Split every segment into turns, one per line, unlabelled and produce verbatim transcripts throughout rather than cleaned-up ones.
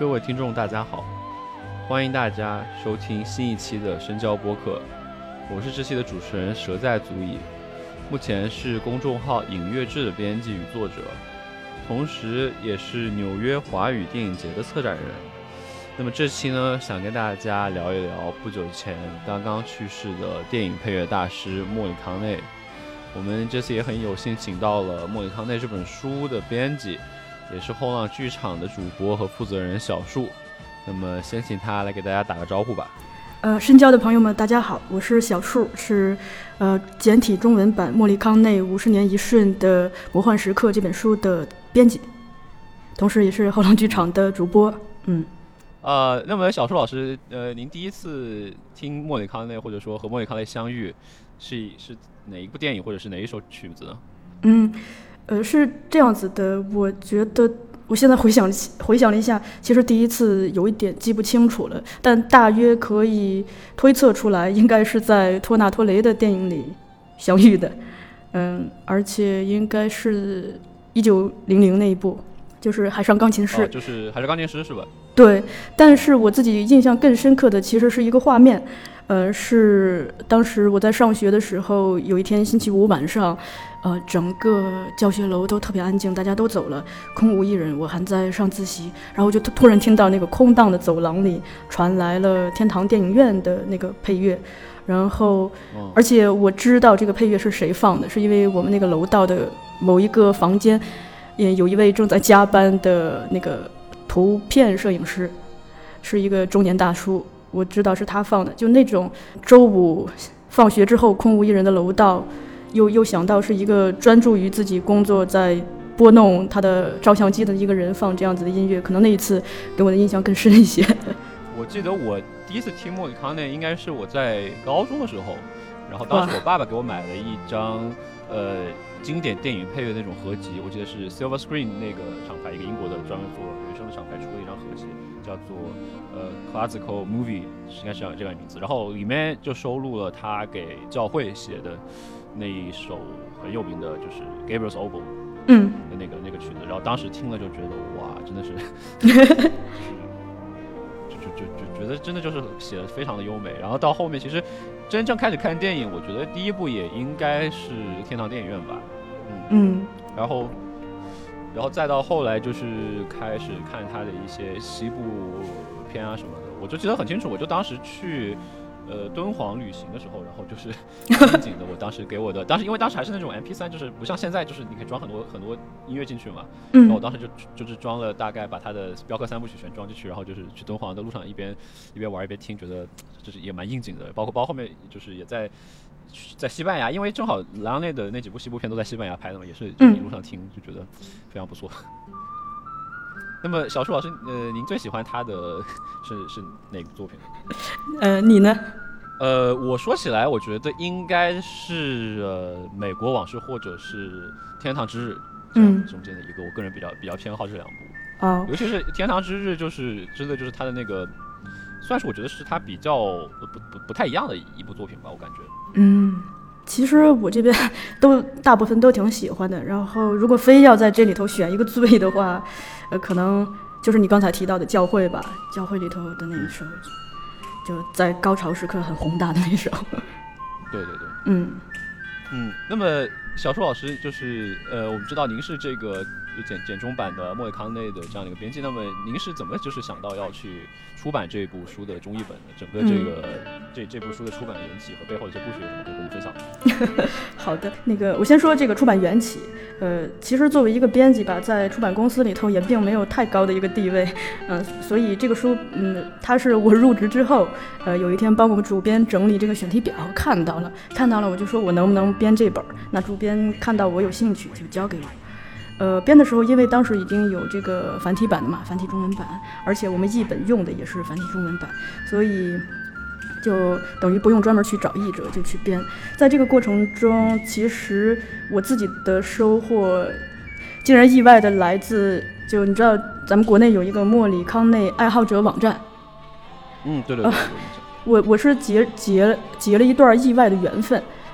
各位听众大家好，欢迎大家收听新一期的深交播客，我是这期的主持人蛇在足矣，目前是公众号影乐志的编辑与作者，同时也是纽约华语电影节的策展人。那么这期呢，想跟大家聊一聊不久前刚刚去世的电影配乐大师莫里康内。我们这次也很有幸请到了莫里康内这本书的编辑，也是后浪剧场的主播和负责人小树。那么先请他来给大家打个招呼吧。
呃，深交的朋友们大家好，我是小树，是呃简体中文版莫里康内五十年一瞬的魔幻时刻这本书的编辑，同时也是后浪剧场的主播。嗯
呃，那么小树老师，呃，您第一次听莫里康内或者说和莫里康内相遇，是是哪一部电影或者是哪一首曲子呢？
嗯，呃，是这样子的，我觉得我现在回想回想了一下，其实第一次有一点记不清楚了，但大约可以推测出来，应该是在托纳托雷的电影里相遇的。嗯，而且应该是一九零零那一部。就是海上钢琴师、
哦、就是海上钢琴师是吧？
对，但是我自己印象更深刻的其实是一个画面，呃，是当时我在上学的时候，有一天星期五晚上，呃，整个教学楼都特别安静，大家都走了，空无一人，我还在上自习，然后就突然听到那个空荡的走廊里传来了天堂电影院的那个配乐，然后，而且我知道这个配乐是谁放的，是因为我们那个楼道的某一个房间。也有一位正在加班的那个图片摄影师，是一个中年大叔，我知道是他放的。就那种周五放学之后空无一人的楼道，又又想到是一个专注于自己工作在拨弄他的照相机的一个人放这样子的音乐，可能那一次给我的印象更深一些。
我记得我第一次听莫里康内应该是我在高中的时候，然后当时我爸爸给我买了一张呃经典电影配乐那种合集，我记得是 Silver Screen 那个厂牌，一个英国的专门做原声的厂牌出了一张合集，叫做呃 Classical Movie， 应该是这个名字。然后里面就收录了他给教会写的那一首很有名的，就是 Gabriel's Oboe
嗯
的那个那个曲子。然后当时听了就觉得哇，真的是，就是就就就就觉得真的就是写的非常的优美。然后到后面其实真正开始看电影，我觉得第一部也应该是天堂电影院吧。
嗯，
然后，然后再到后来就是开始看他的一些西部片啊什么的，我就记得很清楚。我就当时去呃敦煌旅行的时候，然后就是应景的，我当时给我的，当时因为当时还是那种 M P 三，就是不像现在，就是你可以装很多很多音乐进去嘛。然后我当时就就是装了大概把他的镖客三部曲全装进去，然后就是去敦煌的路上一边一边玩一边听，觉得就是也蛮应景的。包括包括后面就是也在。在西班牙，因为正好莱昂内的那几部西部片都在西班牙拍的嘛，也是就一路上听就觉得非常不错。那么小树老师，呃，您最喜欢他的是是哪个作品？
呃，你呢？
呃，我说起来，我觉得应该是呃《美国往事》或者是《天堂之日》这样中间的一个，我个人比较比较偏好这两部。
哦，
尤其是《天堂之日》，就是真的就是他的那个。算是我觉得是他比较不不不太一样的一部作品吧，我感觉。
嗯，其实我这边都大部分都挺喜欢的。然后，如果非要在这里头选一个最的话，呃，可能就是你刚才提到的《教会》吧，《教会》里头的那一首，就在高潮时刻很宏大的那首。
对对对，
嗯
嗯。那么小树老师就是呃，我们知道您是这个简简中版的莫里康内的这样的一个编辑，那么您是怎么就是想到要去出版这部书的中译本的？整个这个、嗯、这这部书的出版缘起和背后的一些故事有什么可以跟我们分享？
好的，那个我先说这个出版缘起。呃，其实作为一个编辑吧，在出版公司里头也并没有太高的一个地位，嗯、呃，所以这个书，嗯，它是我入职之后，呃，有一天帮我们主编整理这个选题表，看到了，看到了，我就说我能不能编这本？那主编看到我有兴趣，就交给我。呃，编的时候，因为当时已经有这个繁体版的嘛，繁体中文版，而且我们译本用的也是繁体中文版，所以就等于不用专门去找译者，就去编。在这个过程中，其实我自己的收获竟然意外的来自，就你知道咱们国内有一个莫里康内爱好者网站。
嗯，对对对。呃、
我我是结结结了一段意外的缘分。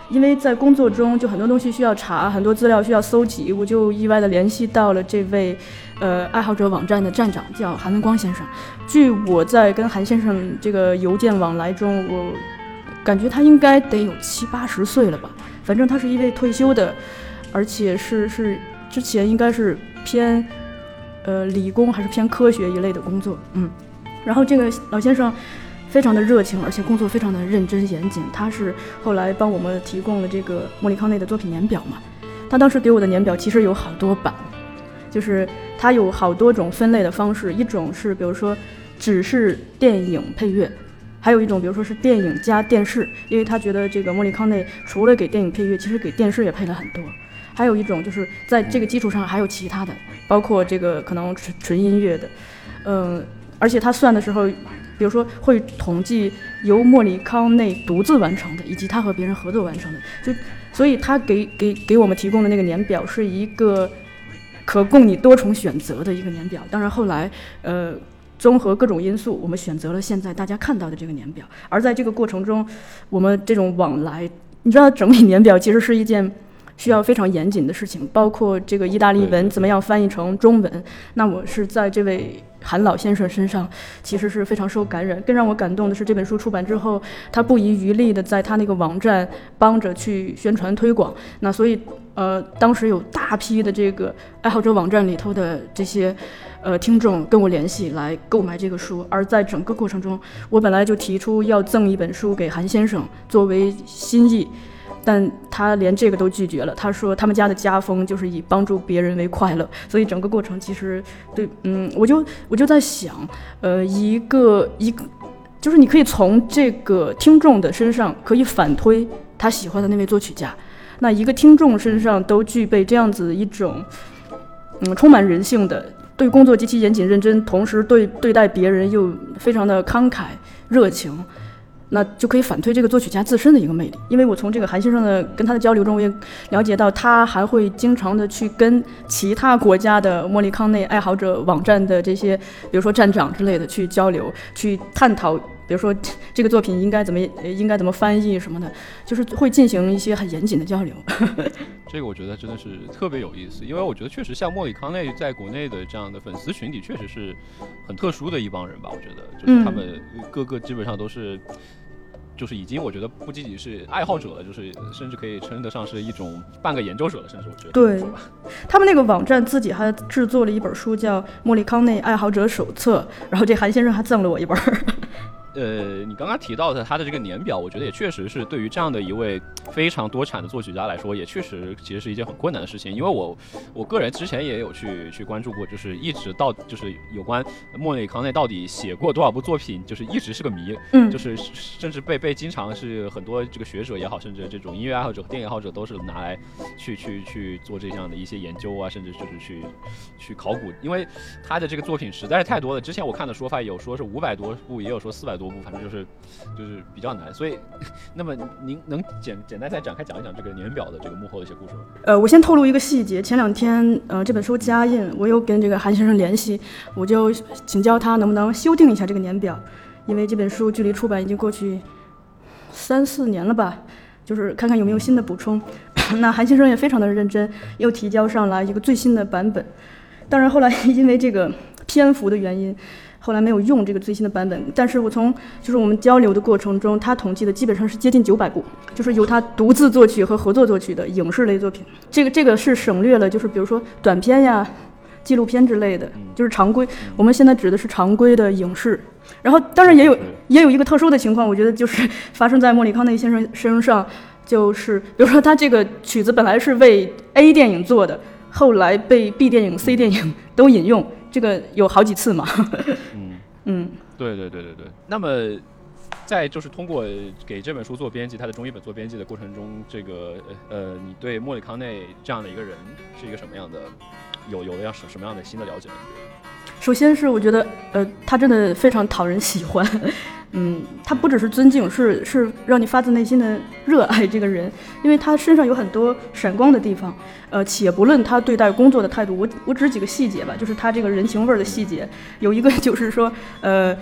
因为在工作中就很多东西需要查，很多资料需要搜集，我就意外的联系到了这位呃爱好者网站的站长，叫韩文光先生。据我在跟韩先生这个邮件往来中，我感觉他应该得有七八十岁了吧，反正他是一位退休的，而且是是之前应该是偏呃理工还是偏科学一类的工作，嗯，然后这个老先生非常的热情，而且工作非常的认真严谨。他是后来帮我们提供了这个莫里康内的作品年表嘛。他当时给我的年表其实有好多版，就是他有好多种分类的方式。一种是比如说只是电影配乐，还有一种比如说是电影加电视，因为他觉得这个莫里康内除了给电影配乐，其实给电视也配了很多。还有一种就是在这个基础上还有其他的，包括这个可能纯纯音乐的，嗯，而且他算的时候，比如说会统计由莫里康内独自完成的，以及他和别人合作完成的，就所以他给给给我们提供的那个年表是一个可供你多重选择的一个年表。当然后来呃综合各种因素，我们选择了现在大家看到的这个年表。而在这个过程中，我们这种往来，你知道整理年表其实是一件需要非常严谨的事情，包括这个意大利文怎么样翻译成中文。那我是在这位韩老先生身上其实是非常受感染。更让我感动的是，这本书出版之后，他不遗余力的在他那个网站帮着去宣传推广。那所以呃，当时有大批的这个爱好者网站里头的这些呃听众跟我联系来购买这个书。而在整个过程中，我本来就提出要赠一本书给韩先生作为心意，但他连这个都拒绝了。他说他们家的家风就是以帮助别人为快乐，所以整个过程其实对，嗯，我就我就在想，呃，一个一个就是你可以从这个听众的身上可以反推他喜欢的那位作曲家，那一个听众身上都具备这样子一种，嗯，充满人性的对工作极其严谨认真，同时对对待别人又非常的慷慨热情。那就可以反推这个作曲家自身的一个魅力。因为我从这个韩先生的跟他的交流中，我也了解到他还会经常的去跟其他国家的莫里康内爱好者网站的这些比如说站长之类的去交流，去探讨比如说这个作品应该怎么应该怎么翻译什么的，就是会进行一些很严谨的交流。
这个我觉得真的是特别有意思，因为我觉得确实像莫里康内在国内的这样的粉丝群体确实是很特殊的一帮人吧。我觉得就是他们各个基本上都是就是已经我觉得不仅仅是爱好者了，就是甚至可以称得上是一种半个研究者了，甚至我觉得。
对，他们那个网站自己还制作了一本书叫《莫里康内爱好者手册》，然后这韩先生还赠了我一本。
呃，你刚刚提到的他的这个年表，我觉得也确实是对于这样的一位非常多产的作曲家来说，也确实其实是一件很困难的事情。因为我我个人之前也有去去关注过，就是一直到就是有关莫里康内到底写过多少部作品，就是一直是个谜。嗯，就是甚至被被经常是很多这个学者也好，甚至这种音乐爱好者和电影爱好者都是拿来去去去做这样的一些研究啊，甚至就是去去考古，因为他的这个作品实在是太多了。之前我看的说法有说是五百多部，也有说四百多部，反正就是就是比较难。所以，那么您能简简单再展开讲一讲这个年表的这个幕后的一些故事吗？
呃，我先透露一个细节，前两天呃这本书加印，我有跟这个韩先生联系，我就请教他能不能修订一下这个年表，因为这本书距离出版已经过去三四年了吧，就是看看有没有新的补充。那韩先生也非常的认真，又提交上来一个最新的版本。当然后来因为这个篇幅的原因，后来没有用这个最新的版本，但是我从就是我们交流的过程中，他统计的基本上是接近九百部，就是由他独自作曲和合作作曲的影视类作品。这个这个是省略了，就是比如说短片呀、纪录片之类的，就是常规。我们现在指的是常规的影视。然后当然也有也有一个特殊的情况，我觉得就是发生在莫里康内先生身上，就是比如说他这个曲子本来是为 A 电影做的，后来被 B 电影、C 电影都引用。这个有好几次嘛。
嗯
嗯，
对对对对对。那么在就是通过给这本书做编辑，他的中译本做编辑的过程中，这个呃，你对莫里康内这样的一个人是一个什么样的，有有了样什么样的新的了解呢？
首先是我觉得，呃，他真的非常讨人喜欢。嗯，他不只是尊敬，是是让你发自内心的热爱这个人，因为他身上有很多闪光的地方。呃，且不论他对待工作的态度，我我指几个细节吧，就是他这个人情味的细节。有一个就是说，呃，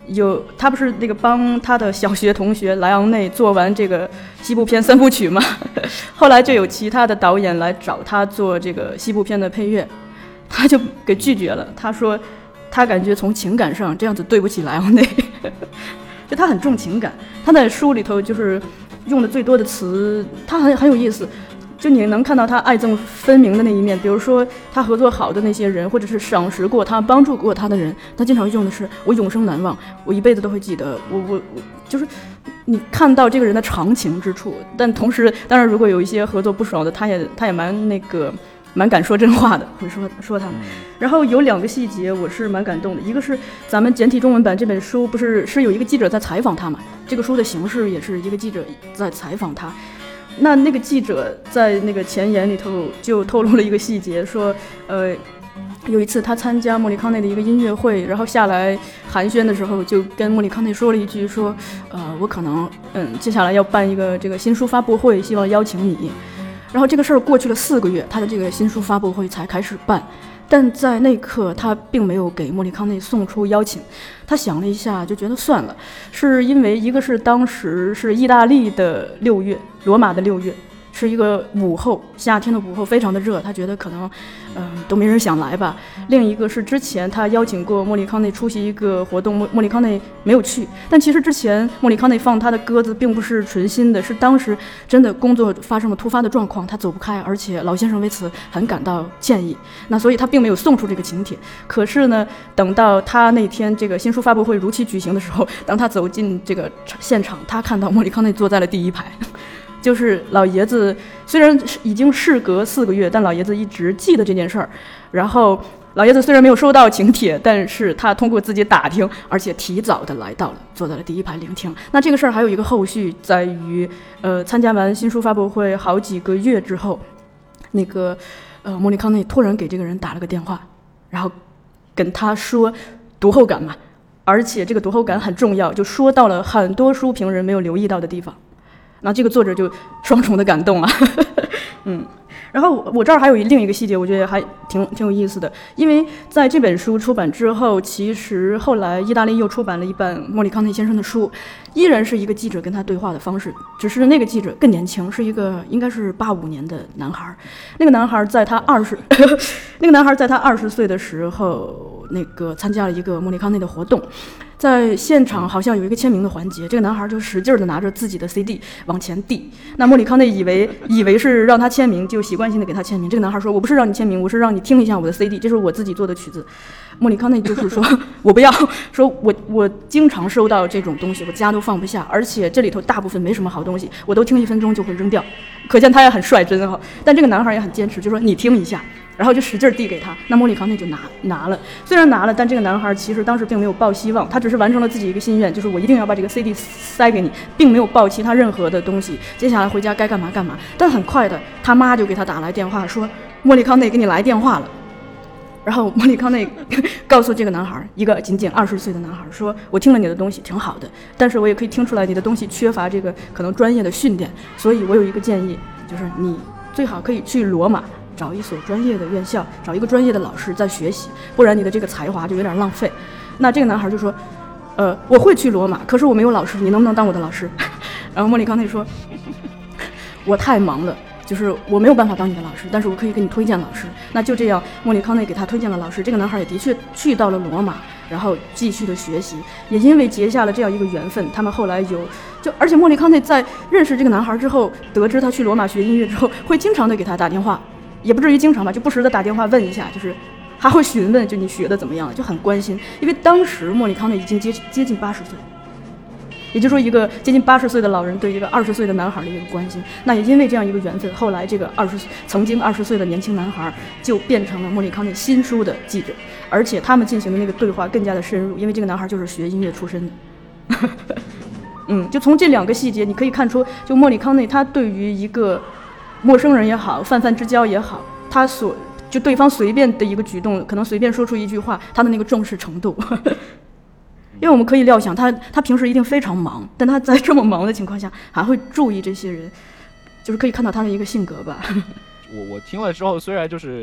有他不是那个帮他的小学同学莱昂内做完这个西部片三部曲嘛，后来就有其他的导演来找他做这个西部片的配乐，他就给拒绝了。他说他感觉从情感上这样子对不起莱昂内，就他很重情感。他在书里头就是用的最多的词，他很很有意思。就你能看到他爱憎分明的那一面，比如说他合作好的那些人，或者是赏识过他、帮助过他的人，他经常用的是我永生难忘，我一辈子都会记得。我我我就是你看到这个人的长情之处，但同时，当然如果有一些合作不爽的，他也他也蛮那个蛮敢说真话的，会说说他们。然后有两个细节我是蛮感动的，一个是咱们简体中文版这本书不是是有一个记者在采访他嘛，这个书的形式也是一个记者在采访他。那那个记者在那个前言里头就透露了一个细节，说，呃，有一次他参加莫里康内的一个音乐会，然后下来寒暄的时候，就跟莫里康内说了一句，说，呃，我可能，嗯，接下来要办一个这个新书发布会，希望邀请你。然后这个事儿过去了四个月，他的这个新书发布会才开始办。但在那一刻他并没有给莫里康内送出邀请，他想了一下就觉得算了，是因为一个是当时是意大利的六月，罗马的六月，是一个午后，夏天的午后，非常的热，他觉得可能嗯、呃、都没人想来吧。另一个是之前他邀请过莫里康内出席一个活动，莫莫里康内没有去，但其实之前莫里康内放他的鸽子并不是存心的，是当时真的工作发生了突发的状况，他走不开，而且老先生为此很感到歉意，那所以他并没有送出这个请帖。可是呢，等到他那天这个新书发布会如期举行的时候，当他走进这个现场，他看到莫里康内坐在了第一排。就是老爷子虽然已经事隔四个月，但老爷子一直记得这件事儿。然后老爷子虽然没有收到请帖，但是他通过自己打听，而且提早的来到了，坐在了第一排聆听。那这个事儿还有一个后续，在于呃参加完新书发布会好几个月之后，那个呃莫里康内突然给这个人打了个电话，然后跟他说读后感嘛，而且这个读后感很重要，就说到了很多书评人没有留意到的地方。那这个作者就双重的感动了，嗯，然后我这儿还有另一个细节，我觉得还挺挺有意思的，因为在这本书出版之后，其实后来意大利又出版了一本莫里康内先生的书，依然是一个记者跟他对话的方式，只是那个记者更年轻，是一个应该是八五年的男孩，那个男孩在他二十，那个男孩在他二十岁的时候，那个参加了一个莫里康内的活动。在现场好像有一个签名的环节，这个男孩就使劲的拿着自己的 C D 往前递。那莫里康内以为以为是让他签名，就习惯性的给他签名。这个男孩说：“我不是让你签名，我是让你听一下我的 C D， 这是我自己做的曲子。”莫里康内就是说：“我不要，说我我经常收到这种东西，我家都放不下，而且这里头大部分没什么好东西，我都听一分钟就会扔掉。”可见他也很率真哈。但这个男孩也很坚持，就说：“你听一下。”然后就使劲递给他，那莫里康内就拿拿了。虽然拿了，但这个男孩其实当时并没有抱希望，他只是完成了自己一个心愿，就是我一定要把这个 C D 塞给你，并没有抱其他任何的东西。接下来回家该干嘛干嘛。但很快的，他妈就给他打来电话说，莫里康内给你来电话了。然后莫里康内告诉这个男孩，一个仅仅二十岁的男孩，说我听了你的东西挺好的，但是我也可以听出来你的东西缺乏这个可能专业的训练，所以我有一个建议，就是你最好可以去罗马找一所专业的院校，找一个专业的老师在学习，不然你的这个才华就有点浪费。那这个男孩就说，呃，我会去罗马，可是我没有老师，你能不能当我的老师？然后莫里康内说，我太忙了，就是我没有办法当你的老师，但是我可以给你推荐老师。那就这样，莫里康内给他推荐了老师，这个男孩也的确去到了罗马，然后继续的学习。也因为结下了这样一个缘分，他们后来有就而且莫里康内在认识这个男孩之后，得知他去罗马学音乐之后，会经常的给他打电话。也不至于经常吧，就不时的打电话问一下，就是还会询问，就你学的怎么样，就很关心。因为当时莫里康内已经接接近八十岁，也就是说一个接近八十岁的老人对一个二十岁的男孩的一个关心。那也因为这样一个缘分，后来这个二十曾经二十岁的年轻男孩就变成了莫里康内新书的记者，而且他们进行的那个对话更加的深入，因为这个男孩就是学音乐出身的。嗯，就从这两个细节你可以看出，就莫里康内他对于一个陌生人也好，泛泛之交也好，他所就对方随便的一个举动，可能随便说出一句话，他的那个重视程度。因为我们可以料想他他平时一定非常忙，但他在这么忙的情况下还会注意这些人，就是可以看到他的一个性格吧。
我我听了之后，虽然就是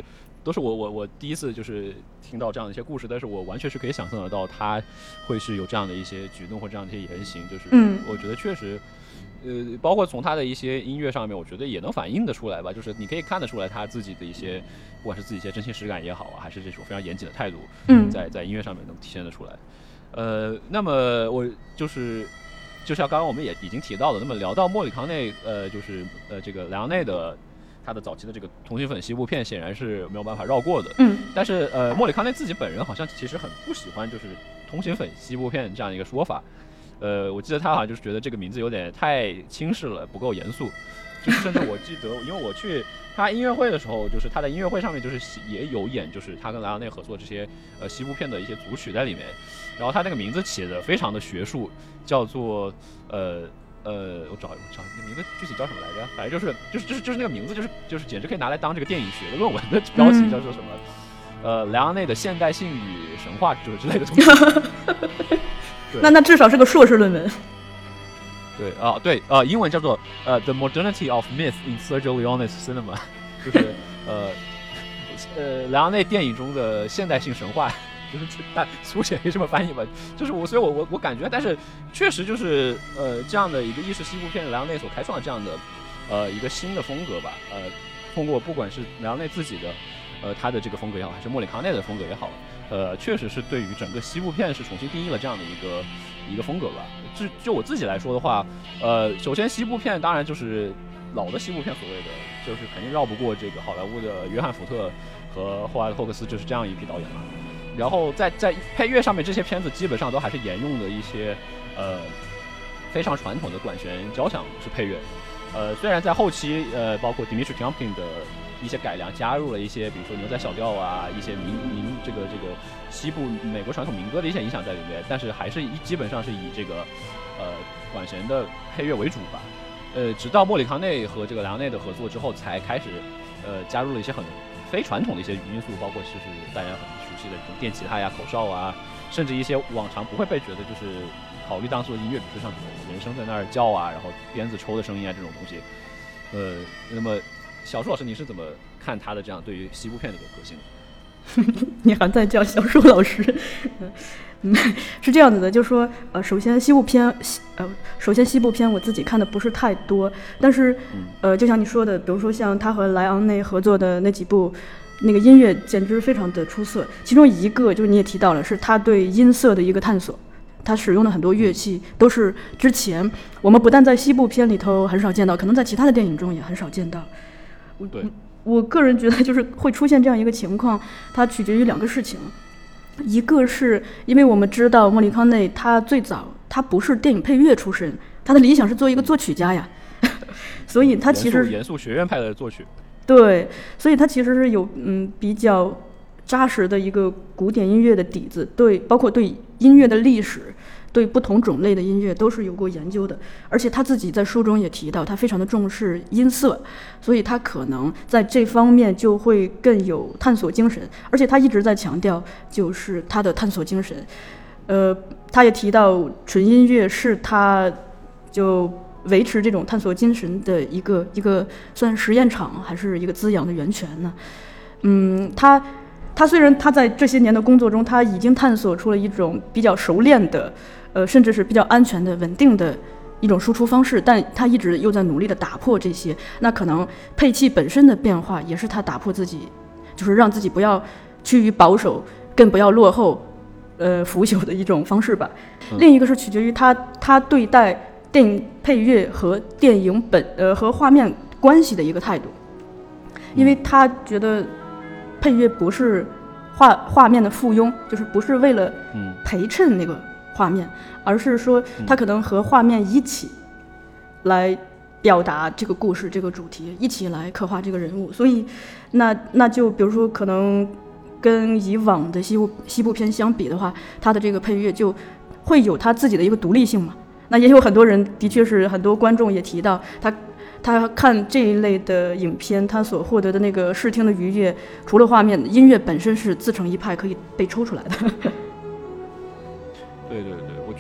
都是我我我第一次就是听到这样的一些故事，但是我完全是可以想象得到他会是有这样的一些举动或这样的一些言行，就是我觉得确实。呃，包括从他的一些音乐上面，我觉得也能反映得出来吧。就是你可以看得出来他自己的一些，不管是自己一些真情实感也好啊，还是这种非常严谨的态度，
嗯，
在在音乐上面能体现得出来。呃，那么我就是就像刚刚我们也已经提到了，那么聊到莫里康内，呃，就是呃这个莱昂内的他的早期的这个同情粉西部片，显然是没有办法绕过的。
嗯，
但是呃，莫里康内自己本人好像其实很不喜欢就是同情粉西部片这样一个说法。呃，我记得他好像就是觉得这个名字有点太轻视了，不够严肃。就是甚至我记得，因为我去他音乐会的时候，就是他在音乐会上面就是也有演，就是他跟莱昂内合作这些呃西部片的一些组曲在里面。然后他那个名字起的非常的学术，叫做呃呃，我找我找那个名字具体叫什么来着？反正就是就是就是就是那个名字就是就是简直可以拿来当这个电影学的论文的标题，叫做什么？呃，莱昂内的现代性与神话就是之类的东西。
那那至少是个硕士论文。
对啊，对啊、呃，英文叫做呃 The Modernity of Myth in Sergio Leone's Cinema， 就是呃呃莱昂内电影中的现代性神话，就是但粗浅可以这么翻译吧。就是我，所以我我我感觉，但是确实就是呃这样的一个意式西部片，莱昂内所开创的这样的呃一个新的风格吧。呃，通过不管是莱昂内自己的呃他的这个风格也好，还是莫里康内的风格也好。呃，确实是对于整个西部片是重新定义了这样的一个一个风格吧。就就我自己来说的话，呃，首先西部片当然就是老的西部片，所谓的就是肯定绕不过这个好莱坞的约翰福特和霍华德霍克斯，就是这样一批导演嘛。然后在在配乐上面，这些片子基本上都还是沿用的一些呃非常传统的管弦交响式配乐。呃，虽然在后期呃，包括 Dmitry Tiomkin 的一些改良，加入了一些比如说牛仔小调啊，一些民民这个这个西部美国传统民歌的一些影响在里面，但是还是一基本上是以这个呃管弦的配乐为主吧。呃，直到莫里康内和这个莱昂内的合作之后，才开始呃加入了一些很非传统的一些因素，包括就是大家很熟悉的这种电吉他呀、口哨啊，甚至一些往常不会被觉得就是考虑当做音乐，比如说像什么人声在那儿叫啊，然后鞭子抽的声音啊这种东西。呃，那么小树老师，你是怎么看他的这样对于西部片的一个革新？
你还在叫小树老师？嗯，是这样子的，就是说，呃，首先西部片，呃，首先西部片我自己看的不是太多，但是，呃，就像你说的，比如说像他和莱昂内合作的那几部，那个音乐简直非常的出色。其中一个就是你也提到了，是他对音色的一个探索。他使用的很多乐器都是之前我们不但在西部片里头很少见到，可能在其他的电影中也很少见到。
对，
我个人觉得就是会出现这样一个情况，它取决于两个事情。一个是因为我们知道莫里康内他最早他不是电影配乐出身，他的理想是做一个作曲家呀，所以他其实
严肃学院派的作曲。
对，所以他其实是有嗯比较扎实的一个古典音乐的底子，对，包括对音乐的历史，对不同种类的音乐都是有过研究的。而且他自己在书中也提到，他非常的重视音色，所以他可能在这方面就会更有探索精神。而且他一直在强调，就是他的探索精神。呃，他也提到纯音乐是他就维持这种探索精神的一个一个算实验场，还是一个滋养的源泉呢？嗯，他。他虽然他在这些年的工作中，他已经探索出了一种比较熟练的，呃，甚至是比较安全的、稳定的一种输出方式，但他一直又在努力的打破这些。那可能配器本身的变化，也是他打破自己，就是让自己不要趋于保守，更不要落后，呃，腐朽的一种方式吧。嗯、另一个是取决于他他对待电影配乐和电影本呃和画面关系的一个态度，因为他觉得。配乐不是画画面的附庸，就是不是为了陪衬那个画面，嗯、而是说它可能和画面一起来表达这个故事、这个主题，一起来刻画这个人物。所以，那那就比如说，可能跟以往的西部西部片相比的话，它的这个配乐就会有它自己的一个独立性嘛。那也有很多人，的确是很多观众也提到他。他看这一类的影片，他所获得的那个视听的愉悦，除了画面，音乐本身是自成一派，可以被抽出来的。
对对对，我觉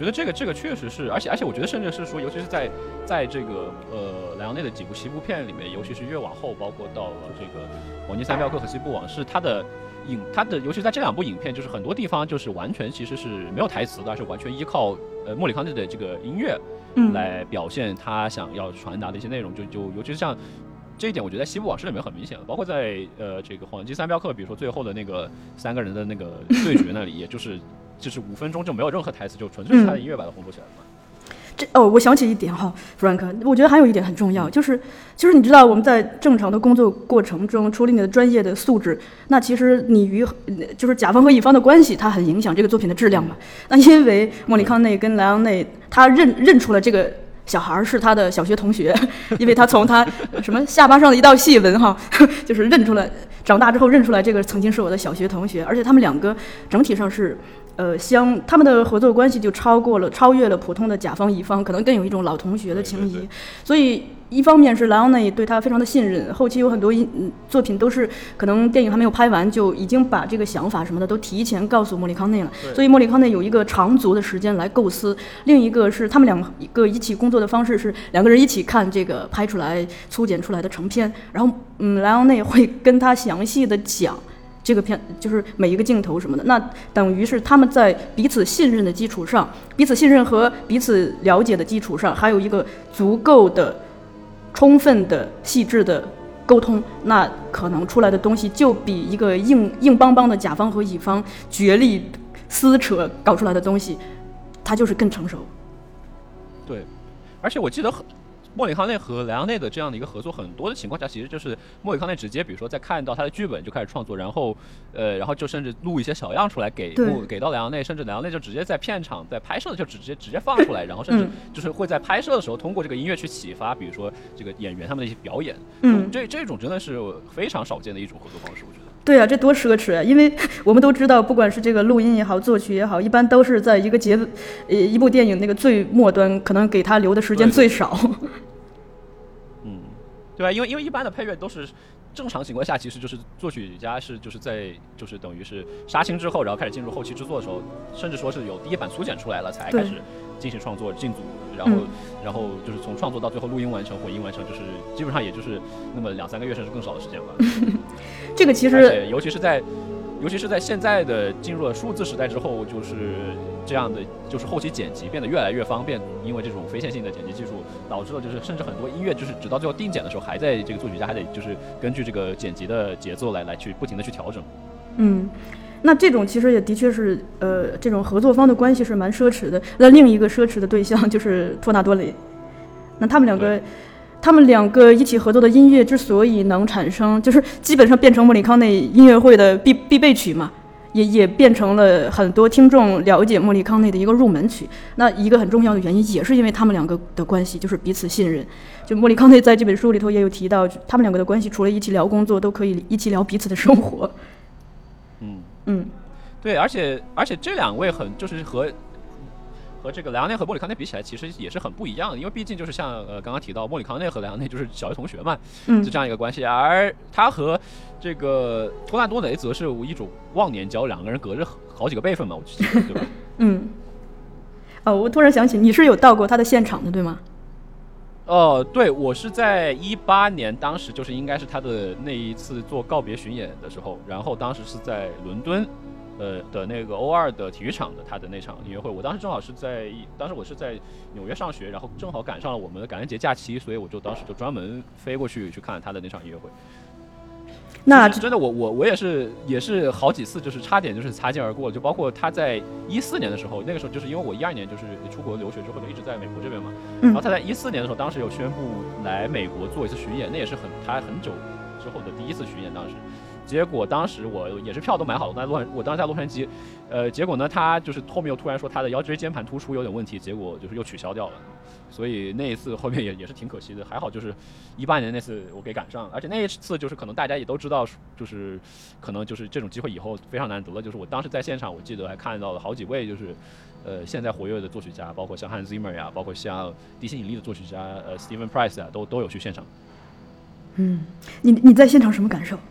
觉得这个这个确实是，而且而且我觉得甚至是说，尤其是在在这个呃莱昂内的几部西部片里面，尤其是越往后，包括到了这个《黄金三镖客》和《西部往事》，它的影它的尤其在这两部影片，就是很多地方就是完全其实是没有台词的，而是完全依靠呃莫里康内的这个音乐来表现他想要传达的一些内容，就就尤其是像。这一点我觉得在《西部往事》里面很明显了，包括在呃这个《黄金三镖客》，比如说最后的那个三个人的那个对决那里，也就是就是五分钟就没有任何台词，就纯粹是他的音乐把它烘托起来了嘛。
这哦，我想起一点哈 ，Frank， 我觉得还有一点很重要，就是就是你知道我们在正常的工作过程中，除了你的专业的素质，那其实你与就是甲方和乙方的关系，它很影响这个作品的质量嘛。那因为莫里康内跟莱昂内，他认认出了这个。小孩是他的小学同学，因为他从他什么下巴上的一道细纹哈，就是认出来，长大之后认出来这个曾经是我的小学同学，而且他们两个整体上是，呃，相他们的合作关系就超过了，超越了普通的甲方乙方，可能更有一种老同学的情谊，对对对，所以。一方面是莱昂内对他非常的信任，后期有很多作品都是可能电影还没有拍完就已经把这个想法什么的都提前告诉莫里康内了，所以莫里康内有一个长足的时间来构思。另一个是他们两个一起工作的方式是两个人一起看这个拍出来粗剪出来的成片，然后嗯，莱昂内会跟他详细的讲这个片就是每一个镜头什么的，那等于是他们在彼此信任的基础上，彼此信任和彼此了解的基础上，还有一个足够的充分的细致的沟通，那可能出来的东西就比一个硬硬邦邦的甲方和乙方角力撕扯搞出来的东西，它就是更成熟。
对，而且我记得很莫里康内和莱昂内的这样的一个合作，很多的情况下，其实就是莫里康内直接，比如说在看到他的剧本就开始创作，然后，呃，然后就甚至录一些小样出来给给到莱昂内，甚至莱昂内就直接在片场在拍摄的就直接直接放出来，然后甚至就是会在拍摄的时候通过这个音乐去启发，比如说这个演员他们的一些表演，嗯，这这种真的是非常少见的一种合作方式，我觉得。
对啊，这多奢侈啊！因为我们都知道，不管是这个录音也好，作曲也好，一般都是在一个节，呃，一部电影那个最末端，可能给他留的时间最少。
嗯，对啊，因为因为一般的配乐都是正常情况下，其实就是作曲家是就是在就是等于是杀青之后，然后开始进入后期制作的时候，甚至说是有第一版粗剪出来了才开始进行创作进组，然后、嗯、然后就是从创作到最后录音完成混音完成，就是基本上也就是那么两三个月甚至更少的时间吧。
这个其实
而且尤其是在尤其是在现在的进入了数字时代之后，就是这样的就是后期剪辑变得越来越方便，因为这种非线性的剪辑技术导致了就是甚至很多音乐就是直到最后定剪的时候还在这个作曲家还得就是根据这个剪辑的节奏来来去不停的去调整。
嗯，那这种其实也的确是呃这种合作方的关系是蛮奢侈的。那另一个奢侈的对象就是托纳多雷，那他们两个他们两个一起合作的音乐之所以能产生，就是基本上变成莫里康内音乐会的必必备曲嘛，也也变成了很多听众了解莫里康内的一个入门曲。那一个很重要的原因也是因为他们两个的关系，就是彼此信任。就莫里康内在这本书里头也有提到，他们两个的关系除了一起聊工作，都可以一起聊彼此的生活。
嗯
嗯，
对，而且而且这两位很就是和。和这个莱昂内和莫里康内比起来，其实也是很不一样的，因为毕竟就是像呃刚刚提到莫里康内和莱昂内就是小学同学嘛，
嗯，
就这样一个关系，而他和这个托纳多雷则是一种忘年交，两个人隔着好几个辈分嘛，我记得对吧？
嗯，哦，我突然想起你是有到过他的现场的对吗？
哦、呃，对，我是在一八年，当时就是应该是他的那一次做告别巡演的时候，然后当时是在伦敦。呃的那个 O 二 的体育场的他的那场音乐会，我当时正好是在，当时我是在纽约上学，然后正好赶上了我们的感恩节假期，所以我就当时就专门飞过去去看他的那场音乐会。
那
真的我我我也是也是好几次就是差点就是擦肩而过，就包括他在一四年的时候，那个时候就是因为我一二年就是出国留学之后就一直在美国这边嘛，
嗯、
然后他在一四年的时候，当时有宣布来美国做一次巡演，那也是很他很久之后的第一次巡演，当时。结果当时我也是票都买好了，在洛我当时在洛杉矶，呃，结果呢，他就是后面又突然说他的腰椎间盘突出有点问题，结果就是又取消掉了，所以那一次后面也也是挺可惜的。还好就是一八年那次我给赶上了，而且那一次就是可能大家也都知道，就是可能就是这种机会以后非常难得了。就是我当时在现场，我记得还看到了好几位就是呃现在活跃的作曲家，包括像 Hans Zimmer 呀，包括像地心引力的作曲家呃 Steven Price 啊，都都有去现场。
嗯，你你在现场什么感受？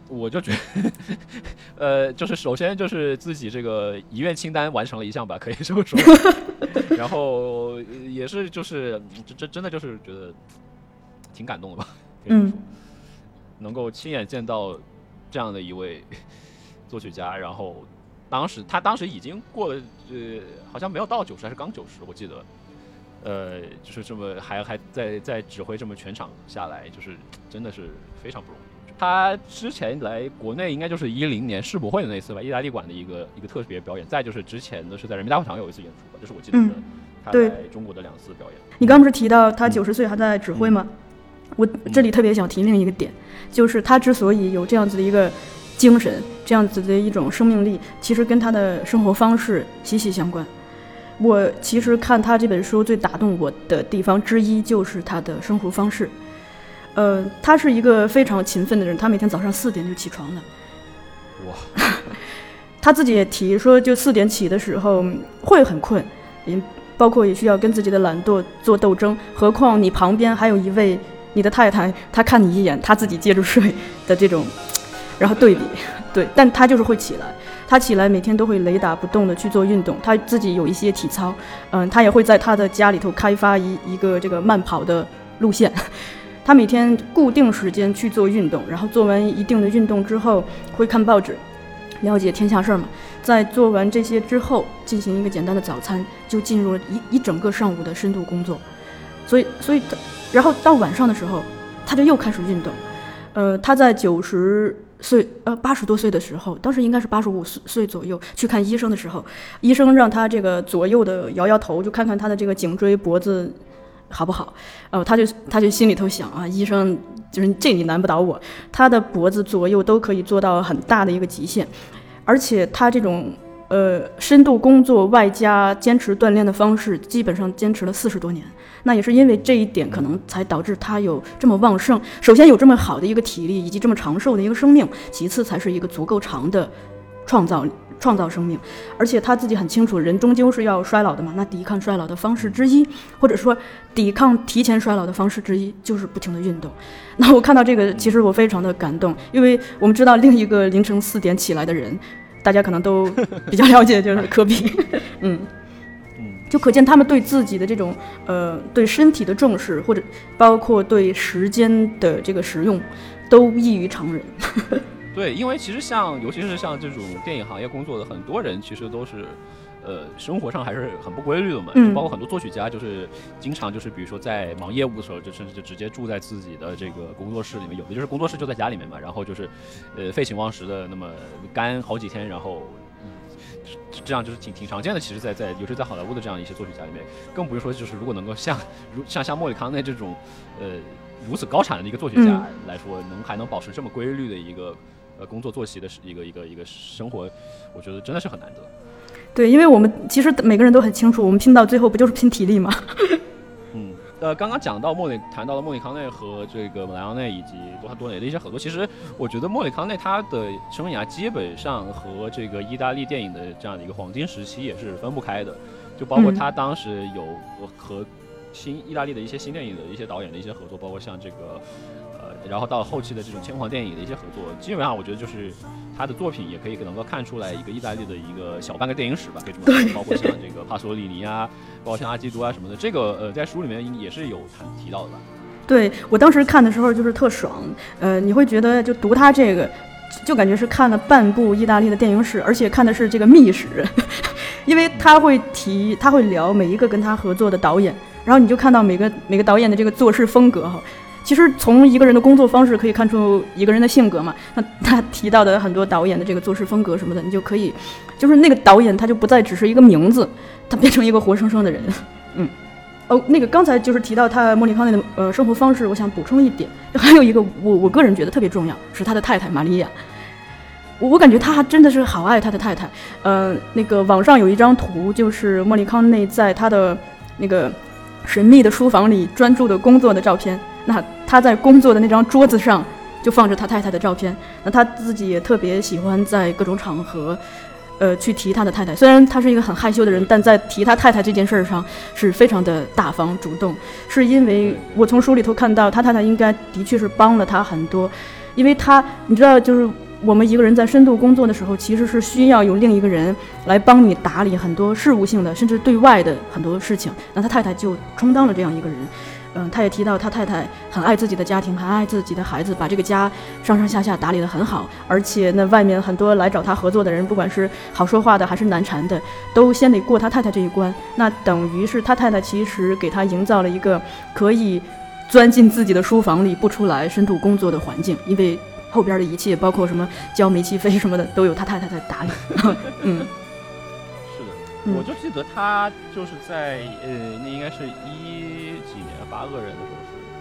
我就觉得，呃，就是首先就是自己这个遗愿清单完成了一项吧，可以这么说。然后也是就是真真的就是觉得挺感动的吧，
嗯，
能够亲眼见到这样的一位作曲家，然后当时他当时已经过了，呃，好像没有到九十还是刚九十，我记得。呃，就是这么还还在在指挥这么全场下来，就是真的是非常不容易。他之前来国内应该就是一零年世博会的那次吧，意大利馆的一个一个特别表演，再就是之前的是在人民大会堂有一次演出吧，这是我记得的、嗯、他来中国的两次表演。
你刚不是提到他九十岁还在指挥吗、嗯？我这里特别想提另一个点，就是他之所以有这样子的一个精神，这样子的一种生命力，其实跟他的生活方式息息相关。我其实看他这本书最打动我的地方之一就是他的生活方式。呃，他是一个非常勤奋的人，他每天早上四点就起床了。
哇！
他自己也提说，就四点起的时候会很困，也包括也需要跟自己的懒惰做斗争。何况你旁边还有一位你的太太，她看你一眼，她自己接着睡的这种，然后对比，对，但他就是会起来。他起来每天都会雷打不动的去做运动，他自己有一些体操，嗯，他也会在他的家里头开发一一个这个慢跑的路线。他每天固定时间去做运动，然后做完一定的运动之后会看报纸，了解天下事儿嘛。在做完这些之后，进行一个简单的早餐，就进入了一一整个上午的深度工作。所以，所以，然后到晚上的时候，他就又开始运动。呃，他在九十岁呃八十多岁的时候，当时应该是八十五岁左右去看医生的时候，医生让他这个左右的摇摇头，就看看他的这个颈椎脖子好不好。呃，他就他就心里头想啊，医生就是这你难不倒我，他的脖子左右都可以做到很大的一个极限，而且他这种呃深度工作外加坚持锻炼的方式，基本上坚持了四十多年。那也是因为这一点，可能才导致他有这么旺盛。首先有这么好的一个体力，以及这么长寿的一个生命；其次才是一个足够长的创造创造生命。而且他自己很清楚，人终究是要衰老的嘛。那抵抗衰老的方式之一，或者说抵抗提前衰老的方式之一，就是不停的运动。那我看到这个，其实我非常的感动，因为我们知道另一个凌晨四点起来的人，大家可能都比较了解，就是科比。嗯。就可见他们对自己的这种呃对身体的重视，或者包括对时间的这个使用，都异于常人。
对，因为其实像尤其是像这种电影行业工作的很多人，其实都是呃生活上还是很不规律的嘛。嗯，包括很多作曲家，就是经常就是比如说在忙业务的时候，就甚至就直接住在自己的这个工作室里面，有的就是工作室就在家里面嘛，然后就是呃废寝忘食的那么干好几天，然后。这样就是挺挺常见的，其实在，在在尤其在好莱坞的这样一些作曲家里面，更不用说就是如果能够像如像像莫里康内这种，呃，如此高产的一个作曲家来说，嗯、能还能保持这么规律的一个呃工作作息的一个一个一个生活，我觉得真的是很难得。
对，因为我们其实每个人都很清楚，我们拼到最后不就是拼体力吗？
嗯。呃，刚刚讲到莫里，谈到了莫里康内和这个莱昂内以及多塔多内的一些合作。其实我觉得莫里康内他的生涯基本上和这个意大利电影的这样的一个黄金时期也是分不开的，就包括他当时有和新意大利的一些新电影的一些导演的一些合作，包括像这个呃，然后到后期的这种千皇电影的一些合作，基本上我觉得就是他的作品也可以能够看出来一个意大利的一个小半个电影史吧，可以这么说。包括像这个帕索里尼啊，包括像阿基多啊什么的，这个呃在书里面也是有谈提到的吧。
对，我当时看的时候就是特爽，呃，你会觉得就读他这个，就感觉是看了半部意大利的电影史，而且看的是这个秘史，因为他会提，他会聊每一个跟他合作的导演，然后你就看到每个每个导演的这个做事风格哈。其实从一个人的工作方式可以看出一个人的性格嘛。那他提到的很多导演的这个做事风格什么的，你就可以，就是那个导演他就不再只是一个名字，他变成一个活生生的人。嗯，哦，那个刚才就是提到他莫里康内的呃生活方式，我想补充一点，还有一个我我个人觉得特别重要，是他的太太玛利亚。我我感觉他真的是好爱他的太太。呃，那个网上有一张图，就是莫里康内在他的那个神秘的书房里专注的工作的照片。那他在工作的那张桌子上就放着他太太的照片。那他自己也特别喜欢在各种场合，呃，去提他的太太。虽然他是一个很害羞的人，但在提他太太这件事上是非常的大方主动。是因为我从书里头看到，他太太应该的确是帮了他很多， 因为他你知道，就是我们一个人在深度工作的时候，其实是需要有另一个人来帮你打理很多事务性的，甚至对外的很多事情。那他太太就充当了这样一个人。嗯，他也提到他太太很爱自己的家庭，很爱自己的孩子，把这个家上上下下打理得很好。而且那外面很多来找他合作的人，不管是好说话的还是难缠的，都先得过他太太这一关。那等于是他太太其实给他营造了一个可以钻进自己的书房里不出来深度工作的环境，因为后边的一切包括什么交煤气费什么的都有他太太在打理。嗯，
是的，我就记得他就是在呃，那应该是一几年八个人的时候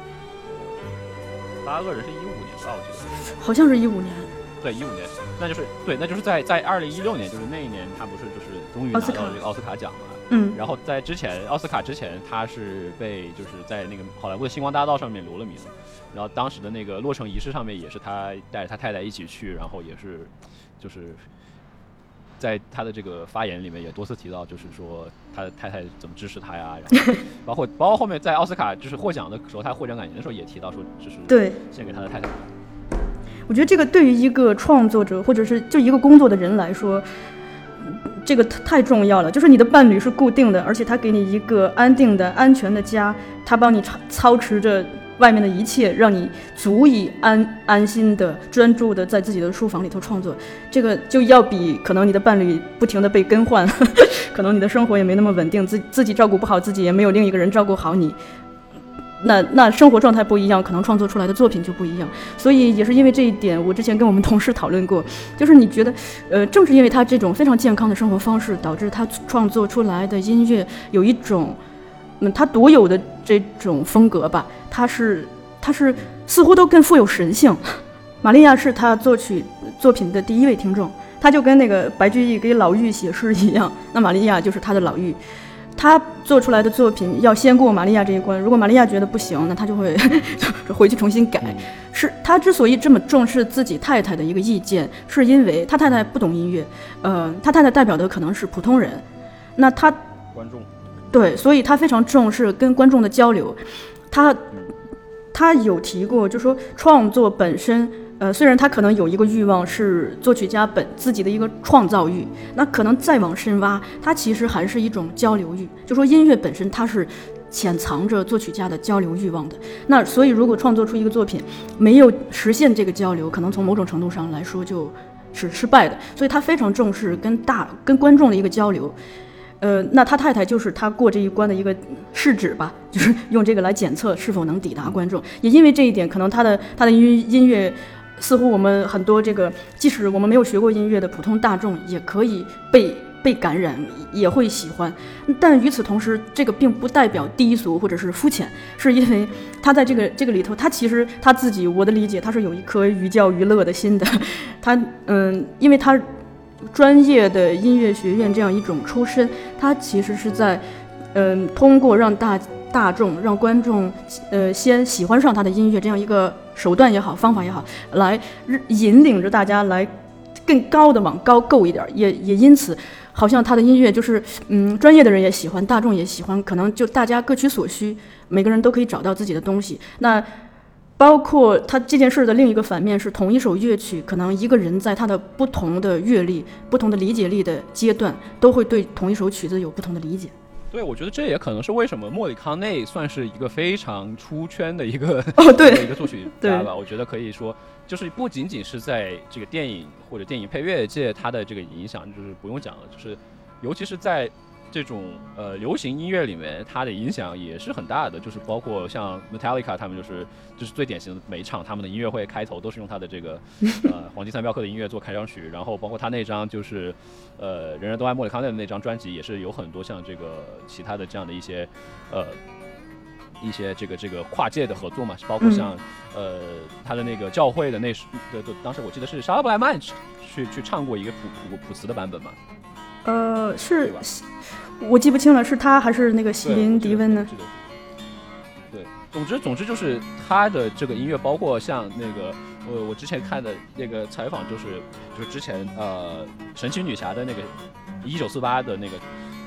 是，八个人是一五年吧，我记得
好像是一五年。
对，一五年，那就是对，那就是在在二零一六年，就是那一年他不是就是终于拿到了这个奥斯卡奖嘛。
嗯，
然后在之前奥斯卡之前，他是被就是在那个好莱坞的星光大道上面留了名，然后当时的那个落成仪式上面也是他带着他太太一起去，然后也是就是在他的这个发言里面也多次提到，就是说他的太太怎么支持他呀，然后包括包括后面在奥斯卡就是获奖的时候，他获奖感言的时候也提到说，就是
对
献给他的太太。
我觉得这个对于一个创作者或者是就一个工作的人来说，这个太重要了。就是你的伴侣是固定的，而且他给你一个安定的安全的家，他帮你操持着外面的一切，让你足以安安心的专注的在自己的书房里头创作。这个就要比可能你的伴侣不停的被更换，可能你的生活也没那么稳定，自自己照顾不好自己，也没有另一个人照顾好你，那那生活状态不一样，可能创作出来的作品就不一样。所以也是因为这一点，我之前跟我们同事讨论过，就是你觉得呃正是因为他这种非常健康的生活方式，导致他创作出来的音乐有一种嗯他独有的这种风格吧，他是他是似乎都更富有神性。玛利亚是他作曲作品的第一位听众，他就跟那个白居易给老妪写诗一样，那玛利亚就是他的老妪。他做出来的作品要先过玛利亚这一关，如果玛利亚觉得不行，那他就会回去重新改。是他之所以这么重视自己太太的一个意见，是因为他太太不懂音乐，呃，他太太代表的可能是普通人，那他
观众，
对，所以他非常重视跟观众的交流。他他有提过，就说创作本身。呃，虽然他可能有一个欲望是作曲家本自己的一个创造欲，那可能再往深挖，它其实还是一种交流欲。就说音乐本身它是潜藏着作曲家的交流欲望的。那所以如果创作出一个作品没有实现这个交流，可能从某种程度上来说就是失败的。所以他非常重视跟大跟观众的一个交流。呃，那他太太就是他过这一关的一个试纸吧，就是用这个来检测是否能抵达观众。也因为这一点，可能他的他的音音乐。似乎我们很多这个，即使我们没有学过音乐的普通大众，也可以被被感染，也会喜欢。但与此同时，这个并不代表低俗或者是肤浅，是因为他在这个这个里头，他其实他自己，我的理解，他是有一颗寓教于乐的心的。他嗯，因为他专业的音乐学院这样一种出身，他其实是在嗯通过让大。大众让观众呃先喜欢上他的音乐这样一个手段也好，方法也好，来引领着大家来更高的往高够一点，也也因此好像他的音乐就是嗯专业的人也喜欢，大众也喜欢，可能就大家各取所需，每个人都可以找到自己的东西。那包括他这件事的另一个反面是，同一首乐曲，可能一个人在他的不同的阅历、不同的理解力的阶段，都会对同一首曲子有不同的理解。
对，我觉得这也可能是为什么莫里康内算是一个非常出圈的一个
哦，对，
一个作曲家吧。我觉得可以说，就是不仅仅是在这个电影或者电影配乐界，他的这个影响就是不用讲了，就是尤其是在这种呃流行音乐里面，它的影响也是很大的。就是包括像 Metallica 他们就是就是最典型的，每一场他们的音乐会开头都是用他的这个呃黄金三镖客的音乐做开场曲，然后包括他那张就是呃人人都爱莫里康内的那张专辑，也是有很多像这个其他的这样的一些呃一些这个这个跨界的合作嘛，包括像、嗯、呃他的那个教会的那的的当时我记得是莎拉布莱曼去去唱过一个谱谱谱词的版本嘛。
呃，是，我记不清了，是他还是那个席琳迪温呢？
对，总之总之就是他的这个音乐，包括像那个我我之前看的那个采访，就是就是之前呃神奇女侠的那个一九四八的那个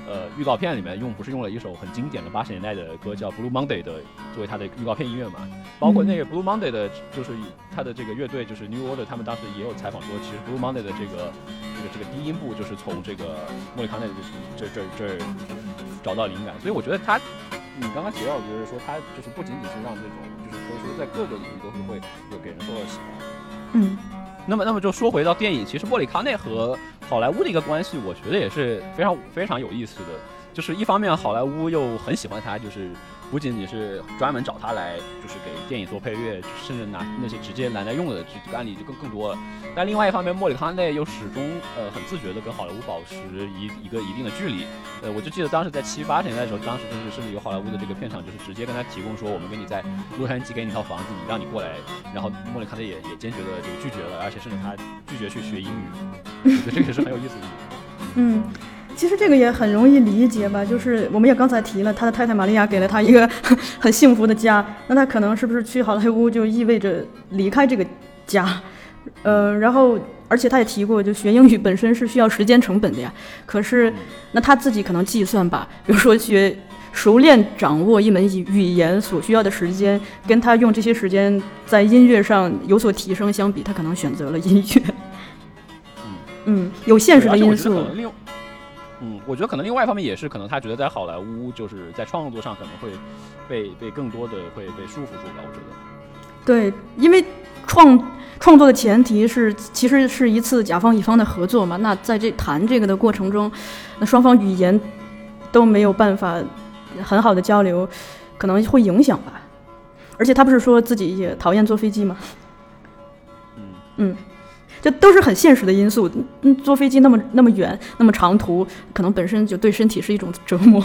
呃预告片里面用不是用了一首很经典的八十年代的歌叫 Blue Monday 的作为他的预告片音乐嘛，包括那个 Blue Monday 的就是他的这个乐队就是 New Order， 他们当时也有采访说，其实 Blue Monday 的这个这个这个低音部就是从这个莫里康内的这这这这找到灵感，所以我觉得他你刚刚提到就是说他就是不仅仅是让这种就是可以说在各个领域都是会有给人受到喜欢。
嗯，
那么那么就说回到电影，其实莫里康内和好莱坞的一个关系，我觉得也是非常非常有意思的。就是一方面好莱坞又很喜欢他，就是不仅仅是专门找他来就是给电影做配乐，甚至拿那些直接拿来用的这个案例就更更多了。但另外一方面，莫里康内又始终呃很自觉的跟好莱坞保持一一个一定的距离。呃，我就记得当时在七八十年代的时候，当时就是甚至有好莱坞的这个片场就是直接跟他提供说，我们给你在洛杉矶给你一套房子，你让你过来，然后莫里康内也也坚决的这个拒绝了，而且甚至他拒绝去学英语。我觉得这个是很有意思的。
嗯。其实这个也很容易理解吧，就是我们也刚才提了，他的太太玛利亚给了他一个很幸福的家，那他可能是不是去好莱坞就意味着离开这个家？呃，然后而且他也提过，就学英语本身是需要时间成本的呀。可是那他自己可能计算吧，比如说学熟练掌握一门语言所需要的时间，跟他用这些时间在音乐上有所提升相比，他可能选择了音乐。嗯，有现实的因素。
嗯，我觉得可能另外一方面也是，可能他觉得在好莱坞就是在创作上可能会被被更多的会被束缚住吧。我觉得，
对，因为创创作的前提是其实是一次甲方乙方的合作嘛。那在这谈这个的过程中，那双方语言都没有办法很好的交流，可能会影响吧。而且他不是说自己也讨厌坐飞机吗？
嗯
嗯。这都是很现实的因素。嗯，坐飞机那么那么远，那么长途，可能本身就对身体是一种折磨。